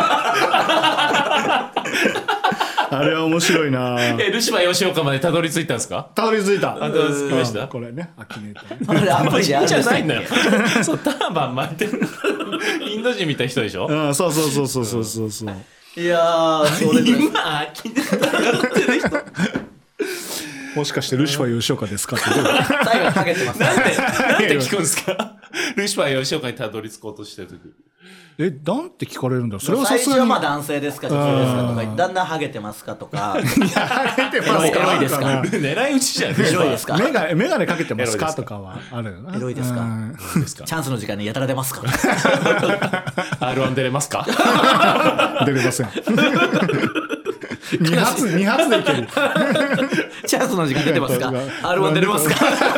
Speaker 2: あれは面白いな
Speaker 1: えルシファー吉岡までたどり着いたんですか
Speaker 2: たどり着いた
Speaker 1: たどり着きました
Speaker 2: これねアキネタ
Speaker 3: あれアプリじゃ
Speaker 1: ないんだよそうターバン巻いてるインド人みたいな人でしょ
Speaker 2: うんそうそうそうそうそうそうそう
Speaker 3: いやーそれ
Speaker 1: 今アキネタやってる人
Speaker 2: もしかしてルシファー吉岡ですかって
Speaker 3: 最後にかけてます
Speaker 1: なんでなんで聞くんですかルシファー吉岡にたどり着こうとしてる時
Speaker 2: えなんて聞かれるんだろうそれは
Speaker 3: 最初はまあ男性ですか女性ですかとかだんだんハゲてますかとか
Speaker 2: ハゲてますか
Speaker 3: エロいですか
Speaker 1: 狙い撃ちじゃん
Speaker 3: エロいですか
Speaker 2: メガメガネかけてますかとかはあるよな
Speaker 3: エロいですかチャンスの時間にやたら出ますか
Speaker 1: アールワン 出れますか
Speaker 2: 出れませんに発に発でいける
Speaker 3: チャンスの時間出てますか アールワン 出れますか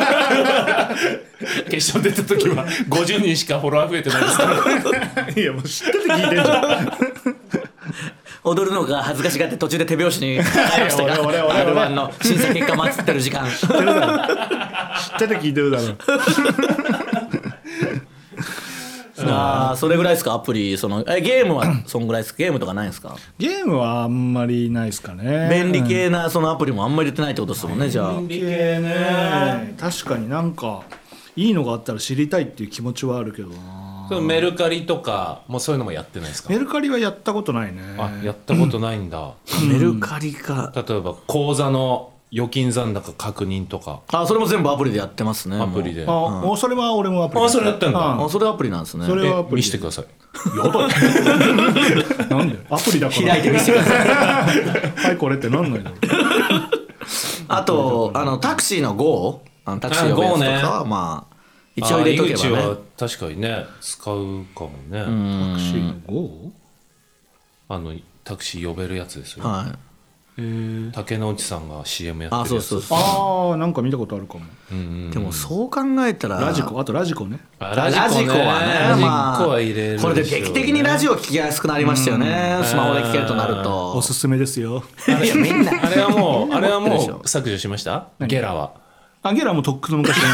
Speaker 1: 決勝出た時はごじゅうにんしかフォロワー増えてないですから
Speaker 2: いやもう知ってて聞いてんじゃん
Speaker 3: 踊るのが恥ずかしがって途中で手拍子に入りましたが アールワン の審査結果待ってる時間知ってるだろ
Speaker 2: 知ってて聞いてるだろ
Speaker 3: あそれぐらいですかアプリそのえゲームはそんぐらいですかゲームとかないんですか
Speaker 2: ゲームはあんまりないですかね
Speaker 3: 便利系なそのアプリもあんまり入れてないってことですもんねじゃあ
Speaker 2: 便利系ね確かになんかいいのがあったら知りたいっていう気持ちはあるけどな
Speaker 1: そのメルカリとかもうそういうのもやってないですか？
Speaker 2: メルカリはやったことないね。
Speaker 1: あ、やったことないんだ。
Speaker 3: メルカリか。
Speaker 1: 例えば口座の預金残高確認とか。
Speaker 3: あ、それも全部アプリでやってますね。
Speaker 1: アプリで。
Speaker 2: あ、もうそれは俺もアプリで。
Speaker 1: あ、それやってんだ。
Speaker 3: あ、それアプリなんですね。
Speaker 2: それはアプリ
Speaker 1: 見せてください。
Speaker 2: やだなんでアプリだから
Speaker 3: 開いて見せてください。
Speaker 2: はいこれってなんないの
Speaker 3: あとあのタクシーの ゴー、 あのタクシー呼ぶやつとかはまあ一応入れとけばね。
Speaker 1: 井口は確かにね使うかもね。
Speaker 2: タクシーの ゴ
Speaker 1: あのタクシー呼べるやつですよ。
Speaker 3: はい。
Speaker 2: ー？
Speaker 1: 竹之内さんが シーエム やってるやつ。
Speaker 3: あ、そうそうそう。
Speaker 2: ああなんか見たことあるかも。
Speaker 1: うんうん、
Speaker 3: でもそう考えたら
Speaker 2: ラジコ、あとラジコね。
Speaker 1: ラジコね。
Speaker 3: ラジコはね、
Speaker 1: ラジ
Speaker 3: まあ
Speaker 1: コは入れるでしょうね。
Speaker 3: これで劇的にラジオ聞きやすくなりましたよね。スマホで聞けるとなると。
Speaker 2: おすすめですよ。
Speaker 3: いやみんな
Speaker 1: あれはもうあれは
Speaker 3: 持ってるでしょ
Speaker 1: もう削除しました？ゲラは。
Speaker 2: あゲラもとっくの昔に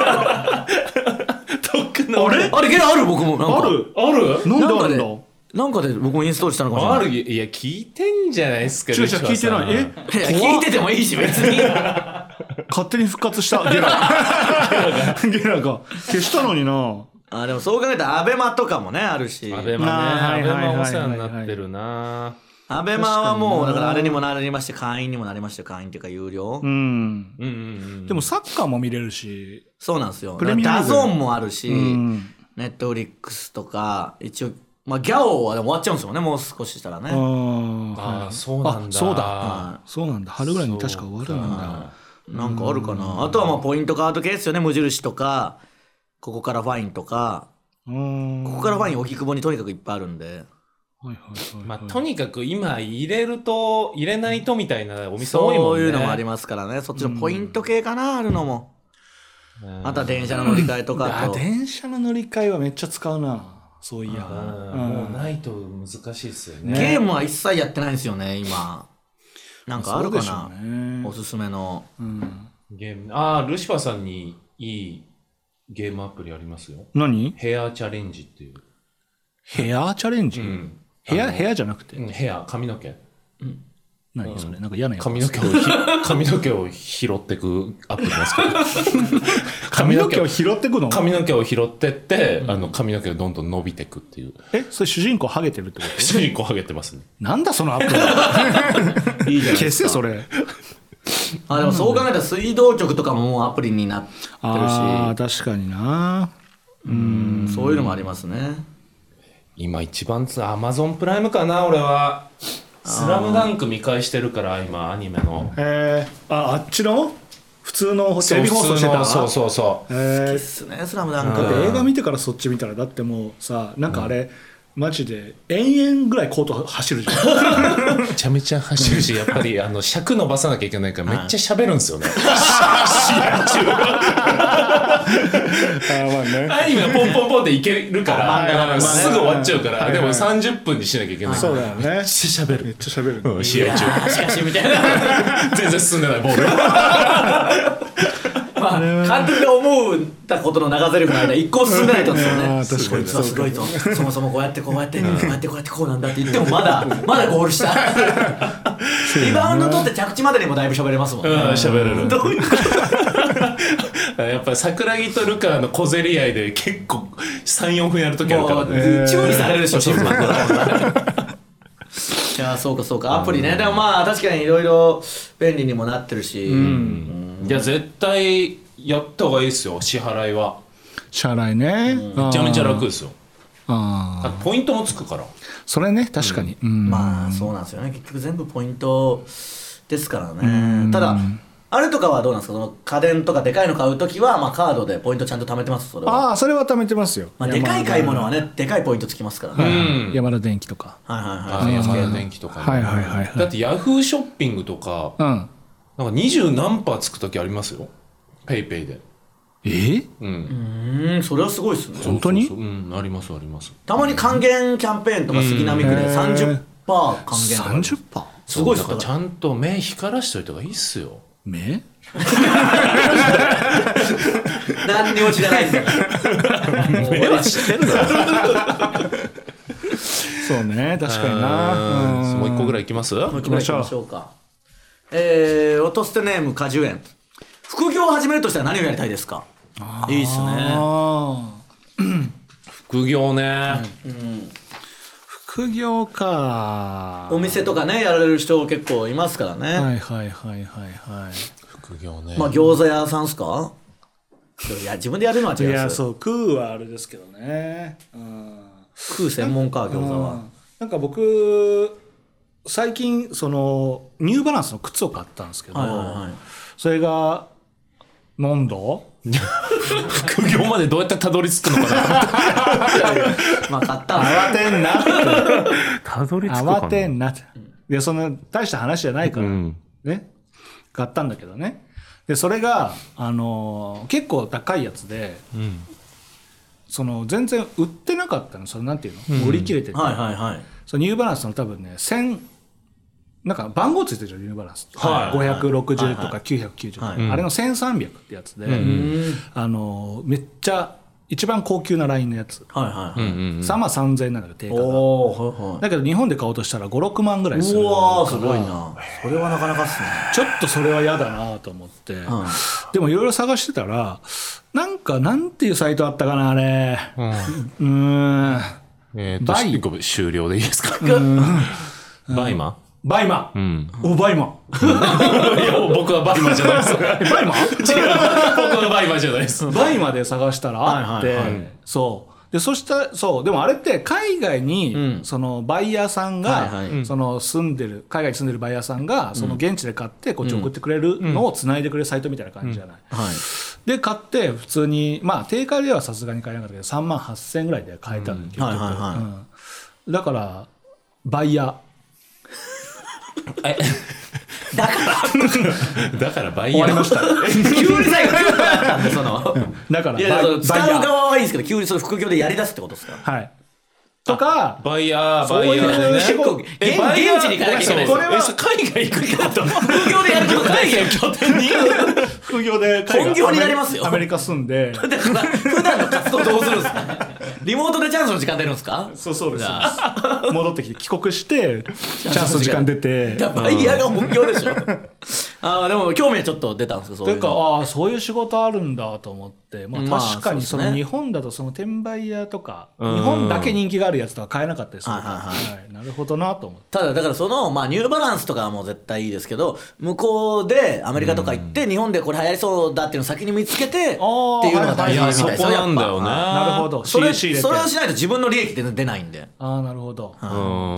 Speaker 1: とっくの
Speaker 3: あれあれゲラある僕もなんか
Speaker 2: ある
Speaker 1: ある？
Speaker 2: なんであるんだ。
Speaker 3: なんかで僕もインストールしたのかもしれない。
Speaker 1: あるいや聞いてんじゃないですか。
Speaker 2: 違う違う聞いてない。え
Speaker 3: いや聞いててもいいし別に。
Speaker 2: 勝手に復活したゲラゲラが消したのにな。
Speaker 3: あ、でもそう考えたらアベマとかもねあるし。
Speaker 1: アベマね。
Speaker 2: あー
Speaker 1: アベ
Speaker 2: はいはいはいはい
Speaker 1: マお世話になってるな。
Speaker 3: アベマはもうだからあれにもなりまして会員にもなりまして会員っていうか有料。
Speaker 2: うん。
Speaker 1: うんうんうん。
Speaker 2: でもサッカーも見れるし。
Speaker 3: そうなんですよ。
Speaker 2: プレミアム
Speaker 3: ダゾーンもあるし、
Speaker 2: うん
Speaker 3: ネットフリックスとか一応まあギャオはでも終わっちゃうんですよね。もう少ししたらね。
Speaker 2: あー
Speaker 1: ああそうなんだ。
Speaker 2: あそうだ
Speaker 3: は
Speaker 2: そうなんだ。春ぐらいに確か終わるんだ。
Speaker 3: い。なんかあるかな。あとはまあポイントカード系ですよね。無印とかここからファインとか。
Speaker 2: うーん
Speaker 3: ここからファイン荻窪にとにかくいっぱいあるんで。
Speaker 2: はいはいはい。
Speaker 1: まあとにかく今入れると入れないとみたいなお店多いもんね。
Speaker 3: そういうのもありますからね。そっちのポイント系かなあるのも。あとは電車の乗り換えとか
Speaker 2: あ
Speaker 3: あと。
Speaker 2: 電車の乗り換えはめっちゃ使うな。そういや。
Speaker 1: うんもうないと難しいですよね。
Speaker 2: ね
Speaker 3: ゲームは一切やってないんですよね今。なんかあるかな、
Speaker 2: そうでしょうね
Speaker 3: おすすめの。
Speaker 2: うん
Speaker 1: ゲームああルシファーさんにいいゲームアプリありますよ。
Speaker 2: 何？
Speaker 1: ヘアチャレンジっていう。
Speaker 2: ヘアチャレンジ？
Speaker 1: ん
Speaker 2: ヘア
Speaker 1: あの
Speaker 2: ヘアじゃなくて
Speaker 1: うんヘア髪の毛。
Speaker 2: 何それなんか嫌なやつ。
Speaker 1: 髪の毛をひ髪の毛を拾ってくアプリなんですけど
Speaker 2: 髪の毛を拾ってくの？
Speaker 1: 髪の毛を拾ってって、あの髪の毛がどんどん伸びてくっていう。
Speaker 2: えそれ主人公ハゲてるってこと？
Speaker 1: 主人公ハゲてますね。
Speaker 2: なんだそのアプリ。
Speaker 3: いいじゃない
Speaker 2: 消
Speaker 3: ですか。
Speaker 2: せそれ。
Speaker 3: あでもそう考えたら水道局とかももうアプリになってるし、
Speaker 2: ああ確かにな。
Speaker 3: うんそういうのもありますね。
Speaker 1: 今一番つアマゾンプライムかな俺は。スラムダンク見返してるから今アニメの。
Speaker 2: えー、ああっちの普通のテレビ放送してた。
Speaker 1: そうそうそう。
Speaker 2: えー
Speaker 3: いいっすねスラムダンク。
Speaker 2: だって映画見てからそっち見たらだってもうさなんかあれ、マジで延々ぐらいコート走るじゃん。
Speaker 1: めちゃめちゃ走るし、やっぱりあの尺伸ばさなきゃいけないからめっちゃ喋るんですよね。試合中。
Speaker 2: あまあね。
Speaker 1: アニメはポンポンポンっていけるから、
Speaker 3: あまあ
Speaker 1: すぐ終わっちゃうから、
Speaker 2: はいはい
Speaker 1: でもさんじゅっぷんにしなきゃいけないから。
Speaker 2: そうだよね。
Speaker 1: めっちゃ喋る。
Speaker 2: めっちゃ喋る。
Speaker 1: うん試合中。
Speaker 3: しかしみたいな。
Speaker 1: 全然進んでないボール。
Speaker 3: まあ監督が思ったことの長ゼリフの間一個進んでないとですよ
Speaker 2: あ
Speaker 3: ね。
Speaker 2: ー確かに
Speaker 3: そうすごいぞ。そもそもこうやってこうやってこうやってこうやってこうなんだって言ってもまだまだゴールした。リバウンド取って着地までにもだいぶ喋れますもんね。
Speaker 1: うん喋れる。
Speaker 3: どういうこと
Speaker 1: やっぱり桜木とルカの小競り合いで結構さん、よんぷんやるときあるから
Speaker 3: もう
Speaker 1: ね。
Speaker 3: 注意されるでしょ、シフマンからいやそうかそうかアプリね。でもまあ確かにいろいろ便利にもなってるし、
Speaker 1: いや絶対やった方がいいですよ支払いは。
Speaker 2: 支払いね。
Speaker 1: めちゃめちゃ楽ですよ。
Speaker 2: ああ
Speaker 1: あポイントもつくから。
Speaker 2: それね確かに。うん
Speaker 3: まあそうなんですよね。結局全部ポイントですからね。ただあれとかはどうなんですか。その家電とかでかいの買うときは、まあ、カードでポイントちゃんと貯めてます。それは
Speaker 2: ああそれは貯めてますよ。
Speaker 3: まあ、でかい買い物はねでかいポイントつきますからね。はい
Speaker 1: うん
Speaker 2: 山田電機とか。
Speaker 3: はい
Speaker 1: あ
Speaker 3: はい。
Speaker 1: 山田電機とかね。
Speaker 2: はいはいはいはい
Speaker 1: だってヤフーショッピングとか
Speaker 2: うん。
Speaker 1: なんか二十何パーつくときありますよ。ペイペイで。
Speaker 2: えー、
Speaker 1: うん。
Speaker 3: うーんそれはすごいですね。
Speaker 2: 本当に
Speaker 1: そうそうそううんありますあります。
Speaker 3: たまに還元キャンペーンとか杉並区でさんじゅっパーセント還元とか
Speaker 2: 三十パー。
Speaker 3: すごいっす
Speaker 1: だからちゃんと目光らしといた方がいいっすよ。
Speaker 2: 目？
Speaker 3: 何にも知らないんだからもう俺は知ってるだろ。
Speaker 2: そうね確かにな。
Speaker 1: うんもう一個ぐらいいきます？
Speaker 3: 行きましょうか。えー、音捨てネーム果樹園。副業を始めるとしたら何をやりたいですか。いいっすね。
Speaker 2: ああ。
Speaker 1: 副業ね、
Speaker 3: うん、
Speaker 2: 副業か。
Speaker 3: お店とかねやられる人結構いますからね。
Speaker 2: はいはいはいはいはい。
Speaker 1: 副業ね。
Speaker 3: まあ餃子屋さんっすか。いや自分でやるのは違う。い
Speaker 2: やそう食うはあれですけどね、うん、
Speaker 3: 食う専門家餃子は、うん、
Speaker 2: なんか僕最近そのニューバランスの靴を買ったんですけど、はいはいはい、それがなんだ
Speaker 1: 副業までどうやってたどり着くのかな
Speaker 3: まあ買った
Speaker 2: 慌てんなって
Speaker 1: たどり着くかな
Speaker 2: 慌てんなって、いやそんな大した話じゃないから、うん、ね買ったんだけどね。でそれが、あのー、結構高いやつで、うん、その全然売ってなかったの。そのなんていうの、うん、売り切れてて、はいはいはい、そのニューバランスの多分ねせんなんか番号ついてるじゃんニューバランスって、はい、ごひゃくろくじゅうとかきゅうひゃくきゅうじゅうとか、はいはい、あれのせんさんびゃくってやつで、うん、あのー、めっちゃ一番高級なラインのやつ、はいはいはい、さんまんさんぜんえんなんだけど定価が、はいはい、だけど日本で買おうとしたらごろくまんぐらいする。
Speaker 3: うわーすごいな。それはなかなかっすね。
Speaker 2: ちょっとそれは嫌だなと思って、うん、でもいろいろ探してたらなんかなんていうサイトあったかなあれ、うん、うーん
Speaker 1: えー、バイ終了でいいですか。うんバイマ
Speaker 2: バイマ、うん、おバイマ
Speaker 1: いや僕はバイマじゃないです
Speaker 2: バイマ違う
Speaker 1: 僕はバイマじゃないです。
Speaker 2: バイマで探したらあって、はいはいはい、そうでそしたそうでもあれって海外に、うん、そのバイヤーさんが、はいはい、その住んでる海外に住んでるバイヤーさんがその現地で買ってこっち送ってくれるのをつないでくれるサイトみたいな感じじゃない、うんうんはい、で買って普通にまあ定価ではさすがに買えなかったけどさんまんはっせんえんぐらいで買えたんだけど、うんはいはいはいうん、だからバイヤー
Speaker 3: えだから
Speaker 1: だからバイヤー
Speaker 2: 終わりました
Speaker 3: 急に最後急になったんでその
Speaker 2: だから
Speaker 3: いや使う側はいいですけど急にその副業でやり出すってことですか。
Speaker 2: はいとか
Speaker 1: バイヤーバイヤーでね
Speaker 3: 結構現地に行かなきゃいけない。
Speaker 1: これは海外行くかと
Speaker 3: 副業でやると海外拠点に
Speaker 2: 副業で
Speaker 3: 本業になりますよ。
Speaker 2: アメリカ住んで
Speaker 3: だから普段の活動どうするんですか。リモートでチャンスの時間出るんですか。
Speaker 2: そうそうです戻ってきて帰国してチャンスの時間出て
Speaker 3: バイヤーが本業でしょあでも興味はちょっと出たんですけど。
Speaker 2: というかあそういう仕事あるんだと思って、まあ、確かにその日本だとその転売屋とか日本だけ人気があるやつとか買えなかったりするから、はいはいはい、なるほどなと思って。
Speaker 3: ただだからその、まあ、ニューバランスとかはもう絶対いいですけど向こうでアメリカとか行って日本でこれ流行りそうだっていうのを先に見つけてっていうのが大事みたいです。
Speaker 1: そこなんだよね。
Speaker 2: なるほど。
Speaker 3: それそれをしないと自分の利益って出ないんで。
Speaker 2: ああなるほど、うん、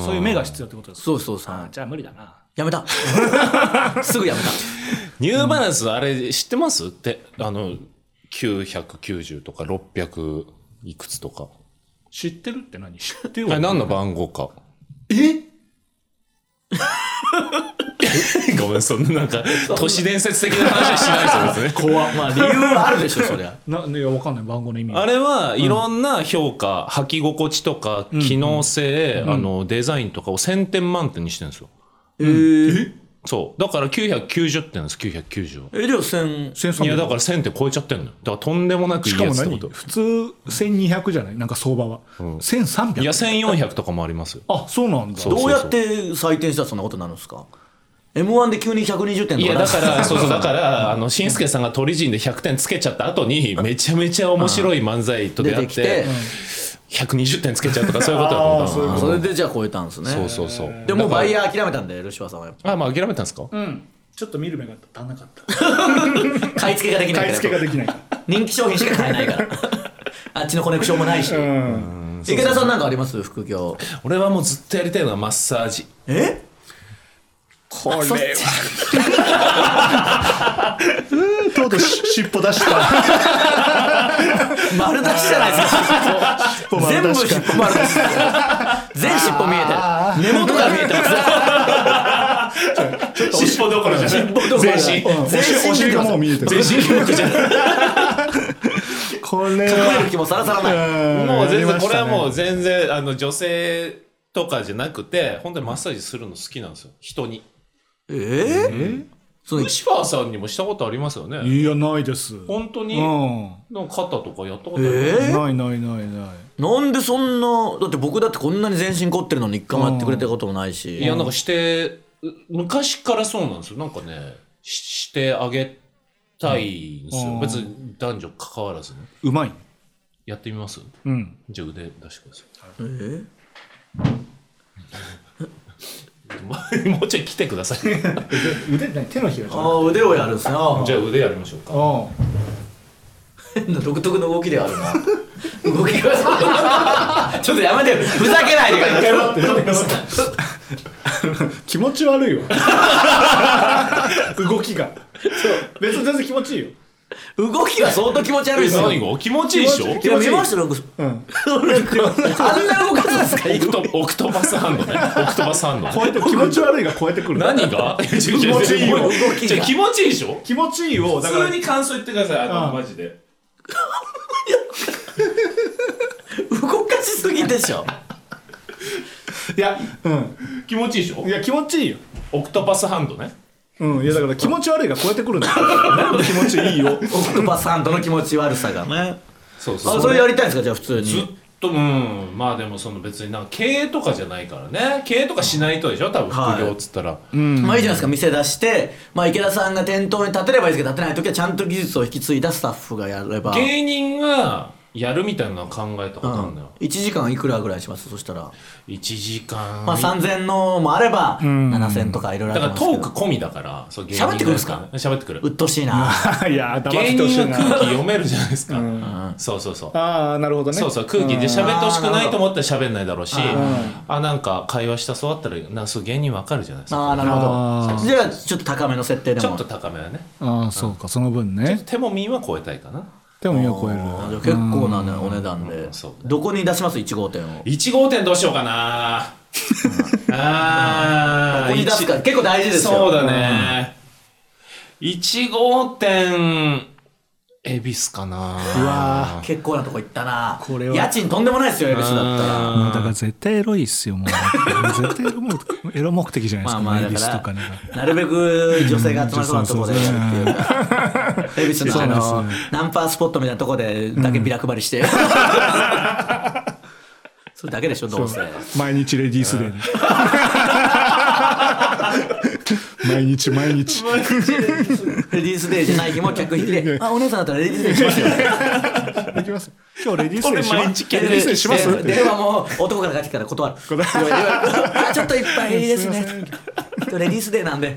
Speaker 2: そういう目が必要ってことですか。
Speaker 3: そうそうそう。
Speaker 2: じゃあ無理だな。
Speaker 3: やめたすぐやめた。
Speaker 1: ニューバランスあれ知ってますってあのきゅうひゃくきゅうじゅうとかろっぴゃくいくつとか
Speaker 2: 知ってるって何知ってるわ。
Speaker 1: 何の番号か。
Speaker 2: え
Speaker 1: ごめんそんななんか都市伝説的な話はしないですよね。
Speaker 3: 怖まあ理由はあるでしょそりゃ。
Speaker 2: ないやわかんない番号の意味。
Speaker 1: あれはいろんな評価、うん、履き心地とか機能性、うんうん、あのデザインとかをせんてん満点にしてるんですよ。
Speaker 3: えー、
Speaker 1: えそうだからきゅうひゃくきゅうじゅってんです。きゅうひゃくきゅうじゅう
Speaker 3: えでもせん
Speaker 1: いやだからせんって超えちゃってんのよ。だからとんでもなくいいやつってこと。
Speaker 2: 普通せんにひゃくじゃないなんか相場は、うん、せんさんびゃく
Speaker 1: いやせんよんひゃくとかもありますよ。
Speaker 2: あそうなんだ。
Speaker 3: どうやって採点したらそんなことになるんですか。 エムワン で急にひゃくにじゅってんとか。
Speaker 1: いやだからそうそうだからあのしんすけさんが鳥人でひゃくてんつけちゃった後にめちゃめちゃ面白い漫才と出会ってひゃくにじゅってんつけちゃうとかそういうことだと思
Speaker 3: った。それでじゃあ超えたんですね。
Speaker 1: そうそうそう
Speaker 3: でもバイヤー諦めたんでルシファーさんはやっぱ。
Speaker 1: あまあ諦めたんですか。
Speaker 2: うんちょっと見る目が足んなかった
Speaker 3: 買い付けができないから。
Speaker 2: 買い付けができない
Speaker 3: 人気商品しか買えないからあっちのコネクションもないし。うん池田さんなんかあります副業。
Speaker 1: 俺はもうずっとやりたいのはマッサージ。
Speaker 3: え
Speaker 2: これはうとうとう尻尾出した
Speaker 3: 丸出しじゃないですか。全部尻尾丸出し全尻尾見えてる。根元が見えてますちょっと
Speaker 1: 尻尾どころじゃない。
Speaker 3: 尻尾どころじゃない。全身
Speaker 2: お尻がもう見えてる。
Speaker 1: 全身筋肉じゃない
Speaker 2: これは
Speaker 3: 隠れる気もさらさらない。
Speaker 1: もう全然これはもう全然あの女性とかじゃなくて本当にマッサージするの好きなんですよ人に。
Speaker 3: えー、え
Speaker 1: ー、ルシファーさんにもしたことありますよね。
Speaker 2: いやないです。
Speaker 1: 本当に、うん、なんか肩とかやったことある、
Speaker 2: えー、ないないないない。
Speaker 3: なんでそんなだって僕だってこんなに全身凝ってるのに一回もやってくれたこともないし、
Speaker 1: いやなんかして昔からそうなんですよ。なんかね し, してあげたいんですよ、うん、別に男女関わらずね。
Speaker 2: うまい
Speaker 1: やってみます？
Speaker 2: うん。
Speaker 1: じゃあ腕出してください。
Speaker 3: え
Speaker 1: もうちょい来てください。
Speaker 2: 腕何手のひらじゃん。
Speaker 3: ああ腕をやるんですね。
Speaker 1: じゃあ腕やりましょうか。
Speaker 3: 変な独特の動きであるな。動きがちょっとやめてよ、ふざけないでください。
Speaker 2: 気持ち悪いわ。動きが。そう別に全然気持ちいいよ。
Speaker 3: 動きが相当気持ち悪いですよ。
Speaker 1: 何が気持ちいいでしょ。
Speaker 3: いや見ましたよ。うん。あんな動かすんですか。
Speaker 1: オクトオクトパスハンドね。オクトパスハンド。
Speaker 2: 超えて気持ち悪いが超えてくる。
Speaker 1: 何が？気持ちいいよ。動きが気持ちいいでしょ。
Speaker 2: 気持ちいいを
Speaker 1: だから普通に感想言ってください。あのマジで。
Speaker 3: 動かしすぎでしょ。
Speaker 2: いや、うん。
Speaker 1: 気持ちいいでしょ。
Speaker 2: いや気持ちいいよ。
Speaker 1: オクトパスハンドね。
Speaker 2: うん、いやだから気持ち悪いが超えてくるんだよ。なんで気持ちいいよ。
Speaker 3: オクトパスハンドの気持ち悪さがね。
Speaker 1: そうそう。
Speaker 3: あ、それやりたいんですかじゃあ普通に。
Speaker 1: ずっとうんまあでもその別になんか経営とかじゃないからね。経営とかしないとでしょ多分副業っつったら。
Speaker 3: はい、うんまあいいじゃないですか店出して、まあ池田さんが店頭に立てればいいですけど立てない時はちゃんと技術を引き継いだスタッフがやれば。
Speaker 1: 芸人がやるみたいなの考えたことあるんだよ、
Speaker 3: うん、いちじかんいくらぐらいします？そしたら
Speaker 1: いちじかん
Speaker 3: まあさんぜんのもあればななせんとかいろいろありますけど、
Speaker 1: だからトーク込みだからそう芸人
Speaker 3: 喋ってくるんですか？
Speaker 1: 喋ってくる。
Speaker 3: うっとうしいな。
Speaker 2: いや
Speaker 1: 芸人は空気読めるじゃないですか、うん、そうそうそう。
Speaker 2: ああなるほどね。
Speaker 1: そうそう空気で喋ってほしくないと思ったら喋んないだろうし、あなんか会話したそうだったらなんかそう芸人わかるじゃないですか。
Speaker 3: ああなるほど。じゃあちょっと高めの設定でも
Speaker 1: ちょっと高めだね。
Speaker 2: ああそうかその分ね。
Speaker 1: 手もみんは超えたいかな。
Speaker 2: でもいいよ超える。
Speaker 3: 結構な、ね、お値段で、うん、どこに出しますいち号店を。
Speaker 1: いち号店どうしようかな。あ
Speaker 3: どこに出すか結構大事ですよ。
Speaker 1: そうだね、うん、いち号店恵比寿かな。
Speaker 2: うわ
Speaker 3: 結構なとこ行ったな。
Speaker 2: これは
Speaker 3: 家賃とんでもないですよ恵比寿だったら。
Speaker 2: もうだから絶対エロいっすよもう。絶対エロ目エロ目的じゃないですか。
Speaker 3: まあまあ
Speaker 2: 恵比寿とかね。
Speaker 3: なるべく女性が集まるそうなとこでやるっていうか。恵比寿のあのナンパスポットみたいなとこでだけビラ配りして。それだけでしょどうせ。
Speaker 2: 毎日レディースデーで。毎日毎日。
Speaker 3: レディースデーじゃない日も客引きで、あお姉さんだったらレディースデーしますよね。
Speaker 2: できます。今日レディースデーします。
Speaker 3: レディースデーします。電話も男から帰ってきたら断る。あちょっといっぱいですね。レディースデーなんで。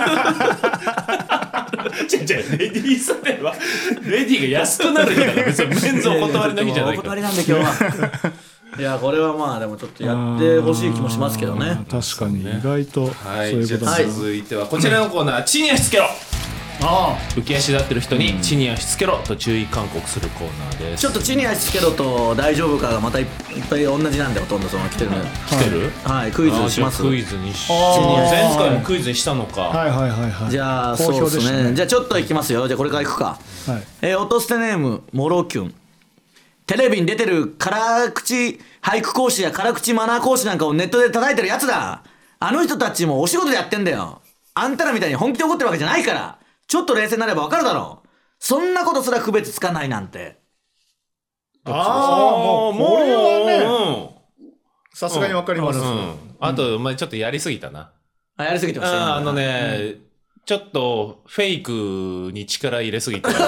Speaker 1: 違う違うレディースデーはレディーが安くなる日だから別にメンズお断りの日じゃないから。
Speaker 3: お断りなんで今日は。いやこれはまあでもちょっとやってほしい気もしますけどね。
Speaker 2: 確かに意外と
Speaker 1: はい。
Speaker 2: そういうことです。
Speaker 1: 続いてはこちらのコーナー、地に足つけろ。
Speaker 2: あ
Speaker 1: 浮き足立ってる人に地に足つけろと注意勧告するコーナーです。
Speaker 3: ちょっと地に足つけろと大丈夫かがまたいっぱい同じなんでほとんどその来てるの。
Speaker 1: 来てる？
Speaker 3: はいクイズします。
Speaker 1: クイズにし前回もクイズにしたのか。
Speaker 2: はいはいはいはい。
Speaker 3: じゃあそうですね。じゃあちょっといきますよ。じゃあこれからいくか。
Speaker 2: はい。
Speaker 3: えー、音捨てネームモロキュン。テレビに出てる辛口俳句講師や辛口マナー講師なんかをネットで叩いてるやつだ。あの人たちもお仕事でやってんだよ。あんたらみたいに本気で怒ってるわけじゃないから、ちょっと冷静になればわかるだろう。そんなことすら区別つかないなんて。
Speaker 2: ああもうこれはねさすがにわかります。
Speaker 1: あとまあちょっとやりすぎたな。
Speaker 3: あやりすぎてました。
Speaker 1: あのねちょっとフェイクに力入れすぎてる。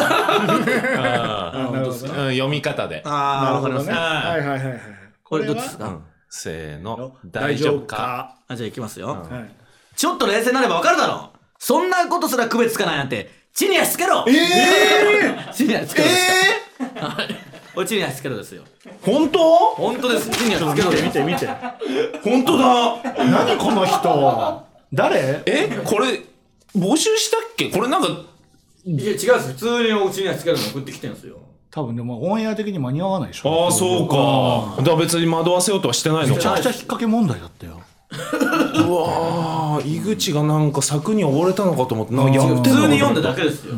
Speaker 1: 読み方で。
Speaker 3: ああ、わかりますね。
Speaker 2: はいはいはいはい。
Speaker 3: これどっちですか？
Speaker 1: せーの、大丈夫か。
Speaker 3: あ、じゃあいきますよ。ちょっと冷静になればわかるだろう。そんなことすら区別つかないなんて、地に足つけろ。
Speaker 2: ええ。
Speaker 3: 地に足つけろですか。これ地に足つけろですよ。
Speaker 1: 本当？
Speaker 3: 本当です。地に足つけろ。
Speaker 2: 見て見て。
Speaker 1: 本当だ。
Speaker 2: 何この人。誰？
Speaker 1: え、これ募集したっけ？これなんか。
Speaker 3: いや違うんです。普通にお家に足つけるの送ってきてるんですよ。
Speaker 2: 多分でもオンエア的に間に合わないでしょ。
Speaker 1: ああそうか。だから別に惑わせようとはしてないのか。
Speaker 2: めちゃくちゃ引っ掛け問題だったよ。
Speaker 1: うわー井口がなんか柵に溺れたのかと思ってなんかやって
Speaker 3: 普通に読んだだけですよ。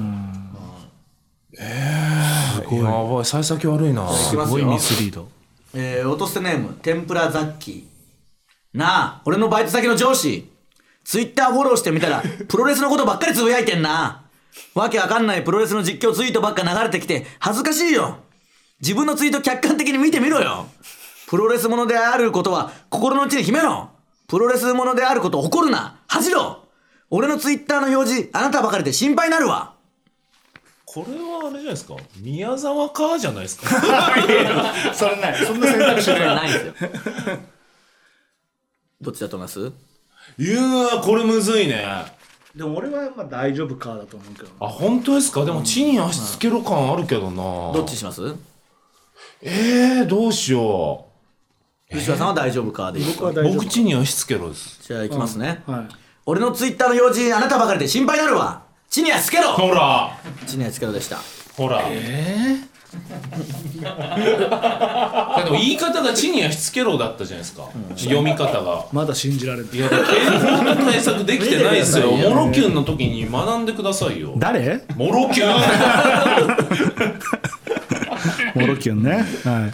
Speaker 1: えー、やばい幸先悪いな。
Speaker 2: すごいミスリード。
Speaker 3: えー、落とせネーム天ぷらザッキー。なあ俺のバイト先の上司ツイッターフォローしてみたらプロレスのことばっかりつぶやいてんな。わけわかんないプロレスの実況ツイートばっか流れてきて恥ずかしいよ。自分のツイート客観的に見てみろよ。プロレスものであることは心の内に秘めろ。プロレスものであることを誇るな。恥じろ。俺のツイッターの表示あなたばかりで心配になるわ。
Speaker 1: これはあれじゃないですか、宮沢かじゃないですか
Speaker 2: それないそんな選択肢
Speaker 3: それ
Speaker 2: ない
Speaker 3: ないんですよどっちだと思います？
Speaker 1: いやーこれむずいね。
Speaker 2: でも俺はまあ大丈夫かだと思うけど、
Speaker 1: あ本当ですか。でも地に足つけろ感あるけどな。
Speaker 3: どっちします？
Speaker 1: えー、どうしよ
Speaker 3: 吉川さんは大丈夫かでいいですか？
Speaker 2: 僕は大丈夫。
Speaker 1: 僕地に足つけろです。
Speaker 3: じゃあいきますね、
Speaker 2: はい。
Speaker 3: 俺のツイッターの表示あなたばかりで心配になるわ。地に足つけろ。
Speaker 1: ほら
Speaker 3: 地に足つけろでした。
Speaker 1: ほら
Speaker 2: え
Speaker 1: でも言い方が地に足つけろだったじゃないですか、うん、読み方が
Speaker 2: ー、まだ信じられない。
Speaker 1: いや健康の対策できてないですよモロキュンの時に学んでくださいよ。
Speaker 2: 誰？
Speaker 1: モロキュン
Speaker 2: モロキュンね。はい。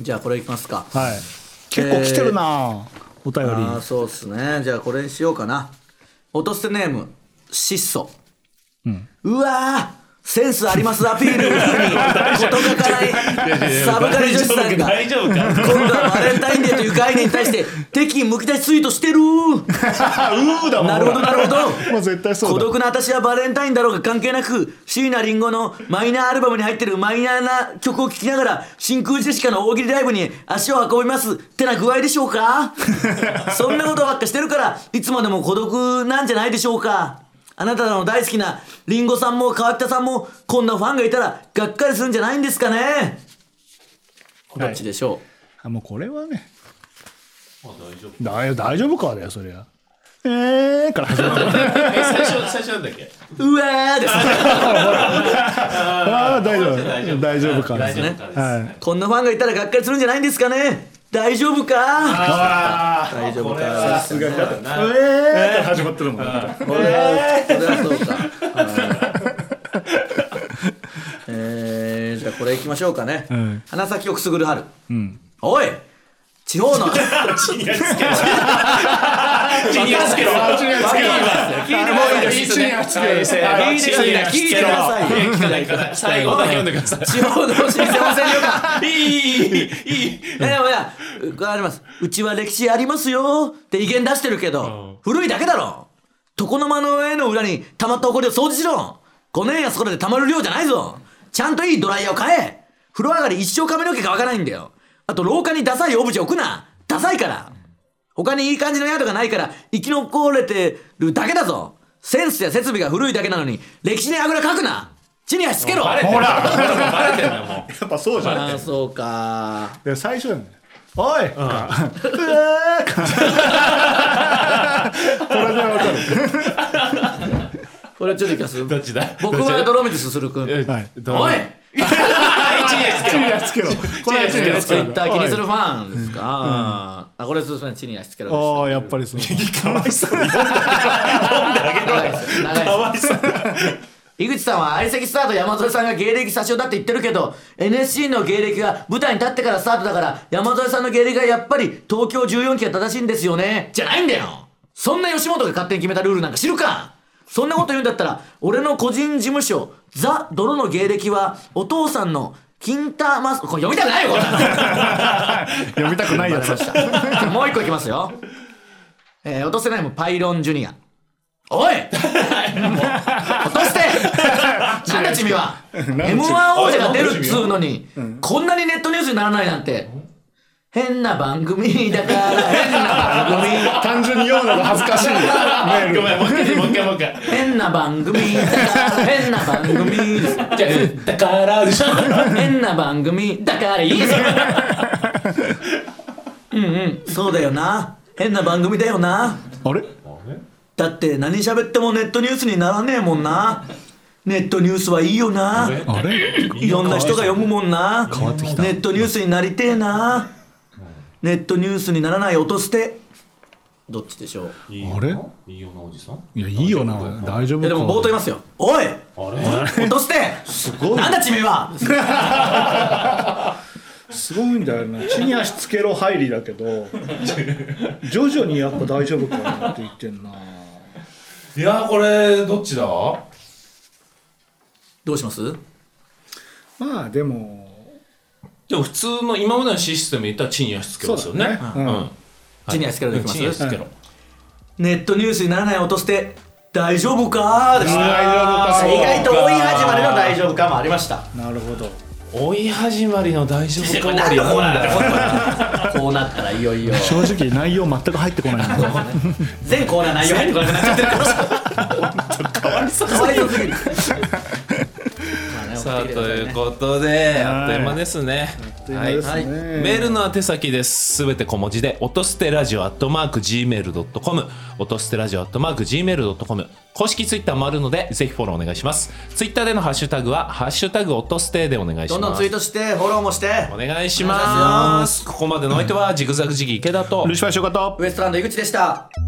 Speaker 3: じゃあこれいきますか。
Speaker 2: はい。結構来てるな、えー、お便り。
Speaker 3: ああそうっすね。じゃあこれにしようかな。落とせネーム質素、うん、うわーセンスありますアピールに事欠かないサブカル女子さんが
Speaker 1: 大丈夫か
Speaker 3: 今度はバレンタインデーという概念に対して敵意むき出しツイートしてる
Speaker 2: うーだもん。
Speaker 3: なるほどなるほど
Speaker 2: もう絶対そうだ。
Speaker 3: 孤独な私はバレンタインだろうが関係なく椎名林檎のマイナーアルバムに入ってるマイナーな曲を聴きながら真空ジェシカの大喜利ライブに足を運びますってな具合でしょうかそんなことばっかしてるからいつまでも孤独なんじゃないでしょうか。あなたの大好きなリンゴさんも川北さんもこんなファンがいたらがっかりするんじゃないんですかね、はい、どっちでしょう。
Speaker 2: あもうこれはね、
Speaker 1: あ大丈夫
Speaker 2: 大大丈夫かだよそりゃ。えーから始まった
Speaker 1: え最初最初なんだっけ
Speaker 3: うわーです
Speaker 2: あ大丈夫大丈夫か
Speaker 3: ですね、
Speaker 2: はい、
Speaker 3: こんなファンがいたらがっかりするんじゃないんですかね。大丈夫か
Speaker 2: あ
Speaker 3: 大丈夫か
Speaker 2: さすがだえーから始まってるもん。これ
Speaker 3: はそうかえー、じゃあこれいきましょうかね、うん、花咲をくすぐる春、うん、おい地方の地に足つけろ地に足つけろ地に足つけろ聞いてもいいです地に足つけろ聞いてください最後だけ読んでください。地方の老舗温泉旅館いいいいいいいやいやこれあります。うちは歴史ありますよって意見出してるけど古いだけだろ。床の間の絵の裏に溜まった埃を掃除しろ。ごねんやそこらで溜まる量じゃないぞ。ちゃんといいドライヤーを買え。風呂上がり一生髪の毛乾かないんだよ。あと廊下にダサいオブジェ置くな。ダサいから。他にいい感じの宿がないから生き残れてるだけだぞ。センスや設備が古いだけなのに歴史にあぐらかくな。地に足つけろ。
Speaker 1: ほらバレてんだよもう。
Speaker 2: やっぱそうじゃん。
Speaker 3: ああそうか。
Speaker 2: で最初だよね。おい、うん、これでわかる。
Speaker 3: これちょっといきます。
Speaker 1: どっちだ。
Speaker 3: 僕はドロミティスするくん、はい、おい地に足つけろ。これは地に足つけろ。ツイッター気にするファンですか、うん、あこれそうですね。地に足つけろ。
Speaker 2: ああやっぱりそう。
Speaker 1: かわいそうに読んであげろ。かわいそう。
Speaker 3: 井口さんは相席スタート山添さんが芸歴詐称だって言ってるけど エヌエスシー の芸歴が舞台に立ってからスタートだから山添さんの芸歴がやっぱり東京じゅうよんきが正しいんですよねじゃないんだよ。そんな吉本が勝手に決めたルールなんか知るか。そんなこと言うんだったら俺の個人事務所ザ・ドロの芸歴はお父さんの金太マスこれ読みたくないよこれ
Speaker 2: 読みたくないやつ
Speaker 3: もう一個いきますよ、えー、落とせないもパイロンジュニア。おい落としてなんだ君は エムワン 王者が出るっつうのにこんなにネットニュースにならないなんて変な番組だから変な番組
Speaker 2: 単純に読むのが恥ずかしいメール。
Speaker 1: ごめんもう一回もう一回もう一回
Speaker 3: 変な番組だから変な番組ですじゃ
Speaker 1: だからでしょ
Speaker 3: 変な番組だからいいですようんうんそうだよな変な番組だよな。
Speaker 2: あれ
Speaker 3: だって何喋ってもネットニュースにならねえもんな。ネットニュースはいいよな。
Speaker 2: あれ
Speaker 3: いろんな人が読むもんな。
Speaker 2: 変わってきた。
Speaker 3: ネットニュースになりてえな。ネットニュースにならない音捨てどっちでしょう。
Speaker 2: いいあれ
Speaker 1: いいよなおじさん。
Speaker 2: いやいいよな大丈夫か。
Speaker 3: でも冒頭言いますよ。おい
Speaker 1: あれ
Speaker 3: 音捨て
Speaker 2: すごい
Speaker 3: なんだ君は
Speaker 2: すごいんだよな。地に足つけろ入りだけど徐々にやっぱ大丈夫かなって言ってんな。
Speaker 1: いやこれどっちだ。
Speaker 3: どうします。
Speaker 2: まあでも
Speaker 1: でも普通の今までのシステムで言ったら地に足つけろですよね。
Speaker 3: 地に足つけろでいきます。
Speaker 1: 地に足つけろ。
Speaker 3: ネットニュースにならない音捨て大丈夫かーですね。
Speaker 2: 大丈夫かそうか
Speaker 3: 意外と追い始まりの大丈夫かもありました。
Speaker 2: なるほど。
Speaker 1: 追い始まりの大丈夫かもあり
Speaker 3: こうなったこうなったらいよいよ
Speaker 2: 正直内容全く入ってこないんで
Speaker 3: 全コーナー内容入ってこなくなっちゃってるからかわいそうかわいそうすぎる
Speaker 1: さあということであっという間ですね。はい、メールの宛先です。すべて小文字で音捨てラジオアットマーク ジーメールドットコム 音捨てラジオアットマーク ジーメールドットコム 公式ツイッターもあるのでぜひフォローお願いします。ツイッターでのハッシュタグはハッシュタグ音捨てでお願いします。
Speaker 3: どんどんツイートしてフォローもして
Speaker 1: お願いします。ここまでの相手はジグザグジギー池田と
Speaker 2: ルシファー翔太と
Speaker 3: ウエストランド井口でした。